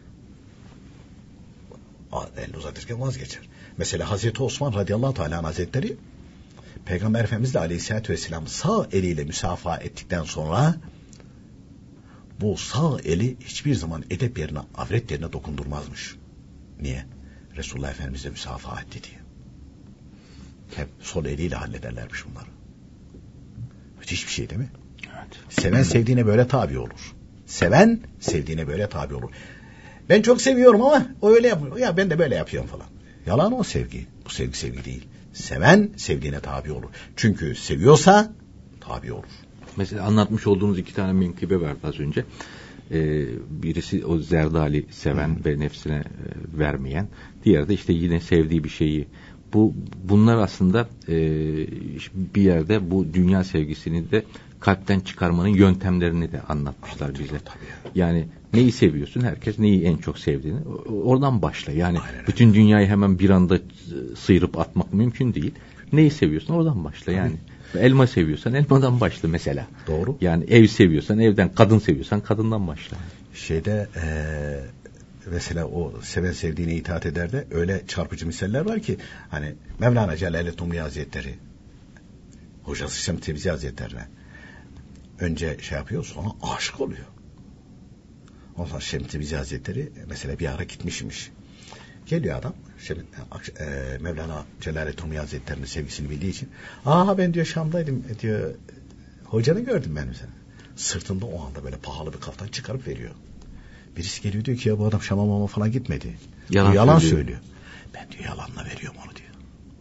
Elini uzatırken vazgeçer. Mesela Hazreti Osman radıyallahu anh hazretleri Peygamber Efendimizle aleyhissalatü vesselam sağ eliyle müsafaha ettikten sonra bu sağ eli hiçbir zaman edep yerine, avret yerine dokundurmazmış. Niye? Resulullah Efendimizle müsafaha etti diye. Hep sol eliyle hallederlermiş bunları. Müthiş bir şey değil mi? Evet. Seven sevdiğine böyle tabi olur. Seven sevdiğine böyle tabi olur. Ben çok seviyorum ama o öyle yapmıyor. Ya ben de böyle yapıyorum falan. Yalan o sevgi. Bu sevgi sevgi değil. Seven sevdiğine tabi olur. Çünkü seviyorsa tabi olur. Mesela anlatmış olduğunuz iki tane menkıbe vardı az önce. Ee, birisi o zerdali seven Hı. ve nefsine e, vermeyen. Diğeri de işte yine sevdiği bir şeyi. Bu bunlar aslında e, bir yerde bu dünya sevgisini de kalpten çıkarmanın yöntemlerini de anlatmışlar Anladım, bize. Tabii. Yani neyi seviyorsun? Herkes neyi en çok sevdiğini. Oradan başla. Yani Aynen. bütün dünyayı hemen bir anda sıyırıp atmak mümkün değil. Neyi seviyorsun? Oradan başla. Tabii. Yani elma seviyorsan elmadan başla mesela. Doğru. Yani ev seviyorsan evden, kadın seviyorsan kadından başla. Şeyde ee, mesela o seven sevdiğine itaat eder de öyle çarpıcı misaller var ki hani Mevlana Celaleddin Rumi Hazretleri hocası Şems Tebrizi Hazretlerine önce şey yapıyor sonra aşık oluyor. Ondan sonra Şems Tebrizi Hazretleri mesela bir ara gitmişmiş. Geliyor adam şey, e, Mevlana Celaleddin Rumi Hazretleri'nin sevgisini bildiği için aha ben diyor Şam'daydım diyor hocanı gördüm ben mesela. Sırtında o anda böyle pahalı bir kaftan çıkarıp veriyor. Birisi geliyor diyor ki ya bu adam Şam'a mama falan gitmedi. Yalan, yalan söylüyor. söylüyor. Ben diyor yalanla veriyorum onu diyor.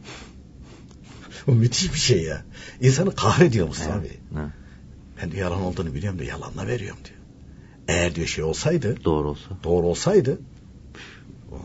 O müthiş bir şey ya. İnsanı kahrediyor Mustafa Bey. Ben diyor yalan olduğunu biliyorum da yalanla veriyorum diyor. Eğer diyor şey olsaydı. Doğru olsa. Doğru olsaydı. Oo,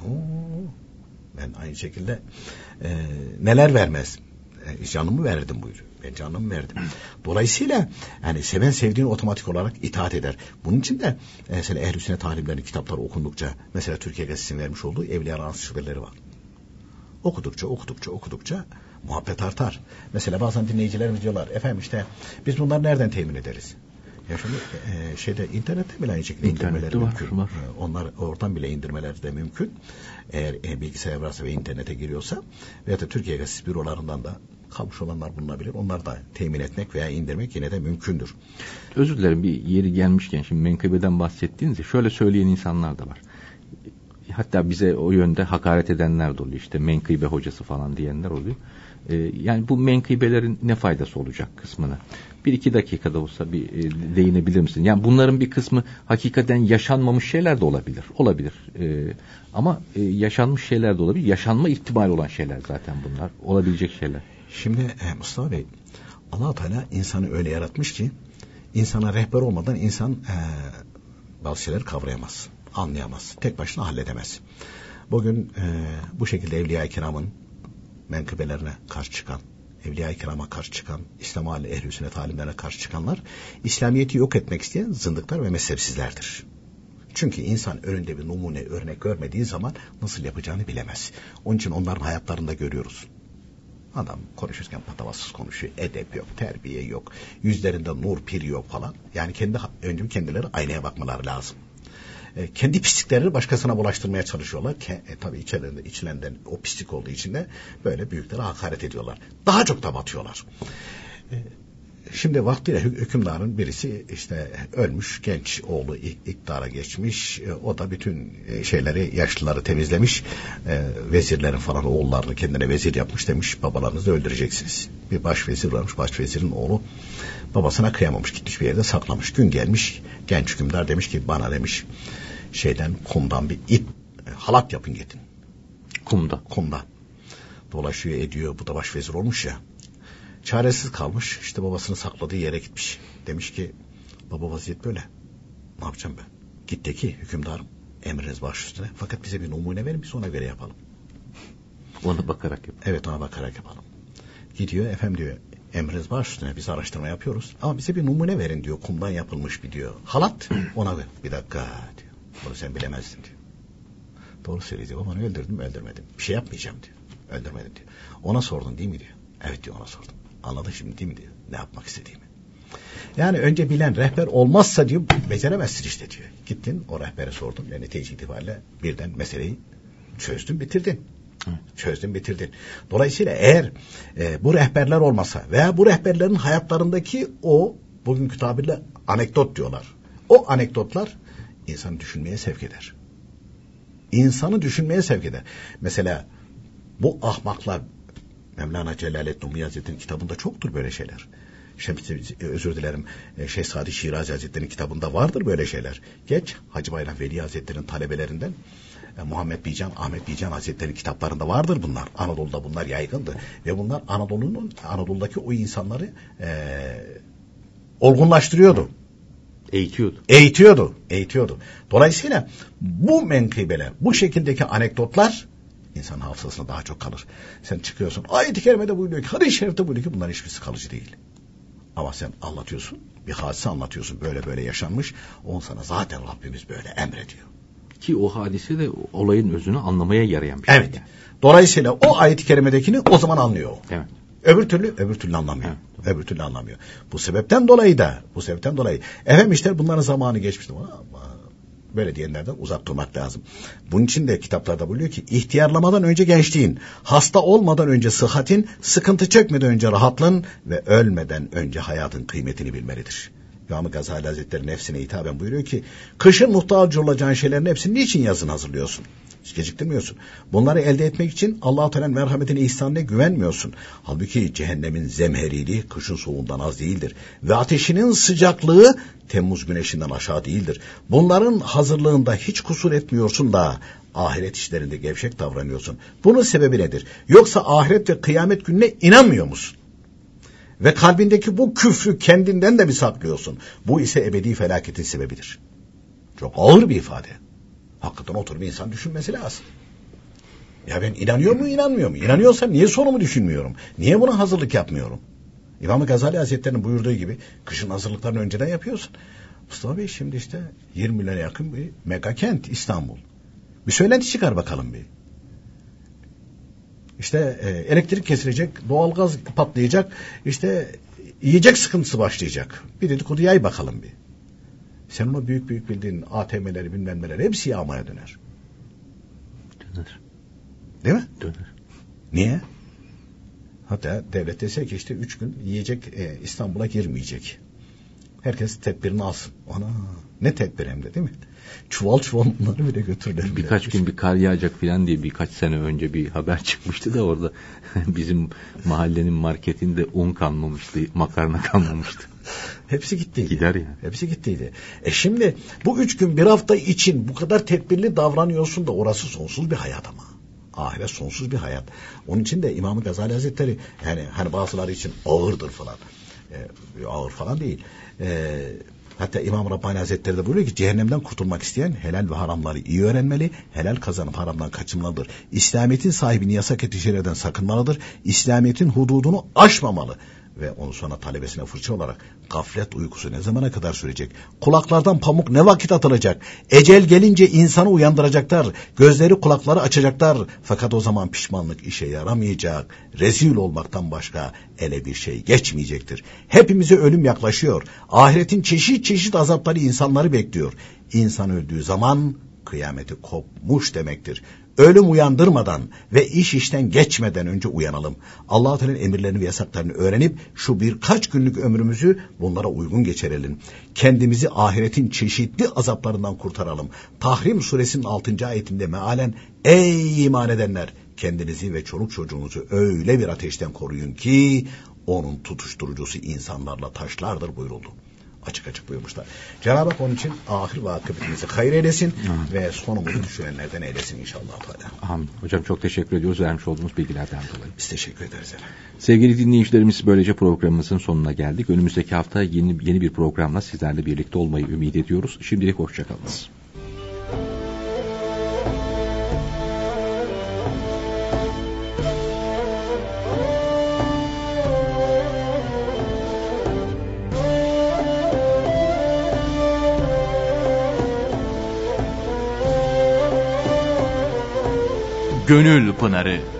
ben aynı şekilde e, neler vermez. E, canımı verdim buyuruyor. Ben canımı verdim. Dolayısıyla yani seven sevdiğini otomatik olarak itaat eder. Bunun için de mesela Ehl-i Sünnet alimlerinin kitapları okundukça mesela Türkiye Gazetesi'nin vermiş olduğu Evliya Ansiklopedileri var. Okudukça okudukça okudukça muhabbet artar. Mesela bazen dinleyicilerimiz diyorlar efendim işte biz bunları nereden temin ederiz? Ya şimdi e, şeyde internette bile aynı şekilde indirmeleri var, mümkün. Var. Onlar oradan bile indirmeleri de mümkün. Eğer e, bilgisayar varsa ve internete giriyorsa veya da Türkiye Gazetesi bürolarından da kalmış olanlar bulunabilir. Onları da temin etmek veya indirmek yine de mümkündür. Özür dilerim bir yeri gelmişken şimdi menkıbeden bahsettiğinizde şöyle söyleyen insanlar da var. Hatta bize o yönde hakaret edenler de oluyor. İşte menkıbe hocası falan diyenler oluyor. Ee, yani bu menkıbelerin ne faydası olacak kısmını bir iki dakikada olsa bir e, değinebilir misin? Yani bunların bir kısmı hakikaten yaşanmamış şeyler de olabilir. Olabilir. Ee, ama e, yaşanmış şeyler de olabilir. Yaşanma ihtimali olan şeyler zaten bunlar. Olabilecek şeyler. Şimdi e, Mustafa Bey, Allah-u Teala insanı öyle yaratmış ki insana rehber olmadan insan e, bazı şeyleri kavrayamaz, anlayamaz, tek başına halledemez. Bugün e, bu şekilde Evliya-i Kiram'ın menkıbelerine karşı çıkan, Evliya-i Kiram'a karşı çıkan, İslam aile, Ehl-i Sünnet alimlerine karşı çıkanlar, İslamiyet'i yok etmek isteyen zındıklar ve mezhepsizlerdir. Çünkü insan önünde bir numune, örnek görmediği zaman nasıl yapacağını bilemez. Onun için onların hayatlarında görüyoruz. Adam konuşurken patavatsız konuşuyor. Edep yok, terbiye yok. Yüzlerinde nur, pir yok falan. Yani kendi önce kendileri aynaya bakmaları lazım. E, kendi pisliklerini başkasına bulaştırmaya çalışıyorlar. Ke, e, tabii içlerinde, içlerinden o pislik olduğu için de böyle büyüklere hakaret ediyorlar. Daha çok da batıyorlar. E, Şimdi vaktiyle hükümdarın birisi işte ölmüş, genç oğlu iktidara geçmiş, o da bütün şeyleri, yaşlıları temizlemiş, vezirlerin falan oğullarını kendine vezir yapmış, demiş babalarınızı öldüreceksiniz. Bir başvezir varmış, başvezirin oğlu babasına kıyamamış, gitmiş bir yerde saklamış. Gün gelmiş, genç hükümdar demiş ki bana demiş şeyden kumdan bir ip, halat yapın getirin. Kumda. Kumda. Dolaşıyor ediyor, bu da başvezir olmuş ya. Çaresiz kalmış. İşte babasını sakladığı yere gitmiş. Demiş ki baba vaziyet böyle. Ne yapacağım ben? Git de ki hükümdarım emriniz baş üstüne. Fakat bize bir numune verin biz ona göre yapalım. Ona bakarak yap. Evet ona bakarak yapalım. Gidiyor efendim diyor emriniz baş üstüne biz araştırma yapıyoruz. Ama bize bir numune verin diyor. Kumdan yapılmış bir diyor. Halat ona ver. Bir dakika diyor. Bunu sen bilemezdin diyor. Doğru söylüyor. Babanı öldürdüm öldürmedim. Bir şey yapmayacağım diyor. Öldürmedim diyor. Ona sordun değil mi diyor. Evet diyor ona sordum. Anladın şimdi değil mi diyor. Ne yapmak istediğimi. Yani önce bilen rehber olmazsa diyor beceremezsin işte diyor. Gittin o rehbere sordun ve netice itibariyle birden meseleyi çözdün bitirdin. Hı. Çözdün bitirdin. Dolayısıyla eğer e, bu rehberler olmasa veya bu rehberlerin hayatlarındaki o bugünkü tabirle anekdot diyorlar. O anekdotlar insanı düşünmeye sevk eder. İnsanı düşünmeye sevk eder. Mesela bu ahmaklar Mevlana Celaleddin Rumi Hazretleri'nin kitabında çoktur böyle şeyler. Şems, özür dilerim Şeyh Sadi Şirazi Hazretleri'nin kitabında vardır böyle şeyler. Geç Hacı Bayram Veli Hazretleri'nin talebelerinden e, Muhammed Bican, Ahmet Bican Hazretleri'nin kitaplarında vardır bunlar. Anadolu'da bunlar yaygındı. Ve bunlar Anadolu'nun Anadolu'daki o insanları e, olgunlaştırıyordu. Eğitiyordu. Eğitiyordu. Eğitiyordu. Dolayısıyla bu menkıbeler, bu şekildeki anekdotlar İnsanın hafızasına daha çok kalır. Sen çıkıyorsun. Ayet-i kerimede buyuruyor ki, hadis-i şerifte buyuruyor ki bunların hiçbirisi kalıcı değil. Ama sen anlatıyorsun. Bir hadise anlatıyorsun. Böyle böyle yaşanmış. On sana zaten Rabbimiz böyle emrediyor. Ki o hadise de olayın özünü anlamaya yarayan bir şey. Evet. Yani. Dolayısıyla o ayet-i kerimedekini o zaman anlıyor. Evet. Öbür türlü öbür türlü anlamıyor. Evet. Öbür türlü anlamıyor. Bu sebepten dolayı da bu sebepten dolayı efendim işte bunların zamanı geçmişti. Ama böyle diyenlerden uzak durmak lazım. Bunun için de kitaplarda buyuruyor ki ihtiyarlamadan önce gençliğin, hasta olmadan önce sıhhatin, sıkıntı çekmeden önce rahatlığın ve ölmeden önce hayatın kıymetini bilmelidir. İmam Gazali Hazretleri nefsine hitaben buyuruyor ki kışın muhtaç olacağın şeylerin hepsini niçin yazın hazırlıyorsun? Hiç geciktirmiyorsun. Bunları elde etmek için Allah-u Teala'nın merhametine, ihsanına güvenmiyorsun. Halbuki cehennemin zemheriliği kışın soğuğundan az değildir. Ve ateşinin sıcaklığı Temmuz güneşinden aşağı değildir. Bunların hazırlığında hiç kusur etmiyorsun da ahiret işlerinde gevşek davranıyorsun. Bunun sebebi nedir? Yoksa ahiret ve kıyamet gününe inanmıyor musun? Ve kalbindeki bu küfrü kendinden de mi saklıyorsun? Bu ise ebedi felaketin sebebidir. Çok ağır bir ifade. Hakikaten oturup bir insan düşünmesi lazım. Ya ben inanıyor mu inanmıyor mu? İnanıyorsam niye sonumu düşünmüyorum? Niye buna hazırlık yapmıyorum? İmam Gazali Hazretleri'nin buyurduğu gibi kışın hazırlıklarını önceden yapıyorsun. Mustafa Bey şimdi işte yirmi milyona yakın bir mega kent İstanbul. Bir söylenti çıkar bakalım bir. İşte e, elektrik kesilecek, doğalgaz patlayacak, işte yiyecek sıkıntısı başlayacak. Bir dedikodu yay bakalım bir. Sen onu büyük büyük bildiğin A T M'leri bilmem neler hepsi yağmaya döner. Döner. Değil mi? Döner. Niye? Hatta devlet dese ki işte üç gün yiyecek e, İstanbul'a girmeyecek. Herkes tedbirini alsın. Ana ne tedbir hem de değil mi? Çuval çuval bunları bile götürürler. Birkaç gün bir kar yağacak filan diye birkaç sene önce bir haber çıkmıştı da orada bizim mahallenin marketinde un kalmamıştı, makarna kalmamıştı. Hepsi gittiydi. Gider ya. Hepsi gittiydi. E şimdi bu üç gün bir hafta için bu kadar tedbirli davranıyorsun da orası sonsuz bir hayat ama. Ahiret sonsuz bir hayat. Onun için de İmam Gazali Hazretleri yani hani bazıları için ağırdır falan. E, ağır falan değil. E, hatta İmam Rabbani Hazretleri de buyuruyor ki cehennemden kurtulmak isteyen helal ve haramları iyi öğrenmeli, helal kazanıp haramdan kaçınmalıdır. İslamiyet'in sahibini yasak ettiği şeylerden sakınmalıdır. İslamiyet'in hududunu aşmamalı. Ve onu sonra talebesine fırça olarak gaflet uykusu ne zamana kadar sürecek? Kulaklardan pamuk ne vakit atılacak? Ecel gelince insanı uyandıracaklar. Gözleri kulakları açacaklar. Fakat o zaman pişmanlık işe yaramayacak. Rezil olmaktan başka ele bir şey geçmeyecektir. Hepimize ölüm yaklaşıyor. Ahiretin çeşit çeşit azapları insanları bekliyor. İnsan öldüğü zaman kıyameti kopmuş demektir. Ölüm uyandırmadan ve iş işten geçmeden önce uyanalım. Allah-u Teala'nın emirlerini ve yasaklarını öğrenip şu birkaç günlük ömrümüzü bunlara uygun geçirelim. Kendimizi ahiretin çeşitli azaplarından kurtaralım. Tahrim suresinin altıncı ayetinde mealen ey iman edenler kendinizi ve çoluk çocuğunuzu öyle bir ateşten koruyun ki onun tutuşturucusu insanlarla taşlardır buyuruldu. Açık açık buyurmuşlar. Cenab-ı Hak onun için ahir ve akıbetimizi hayır eylesin Amin. Ve sonumuzu düşünenlerden eylesin inşallah. Amin. Hocam çok teşekkür ediyoruz vermiş olduğumuz bilgilerden dolayı. Biz teşekkür ederiz. Efendim. Sevgili dinleyicilerimiz, böylece programımızın sonuna geldik. Önümüzdeki hafta yeni yeni bir programla sizlerle birlikte olmayı ümit ediyoruz. Şimdilik hoşçakalınız. Gönül Pınarı.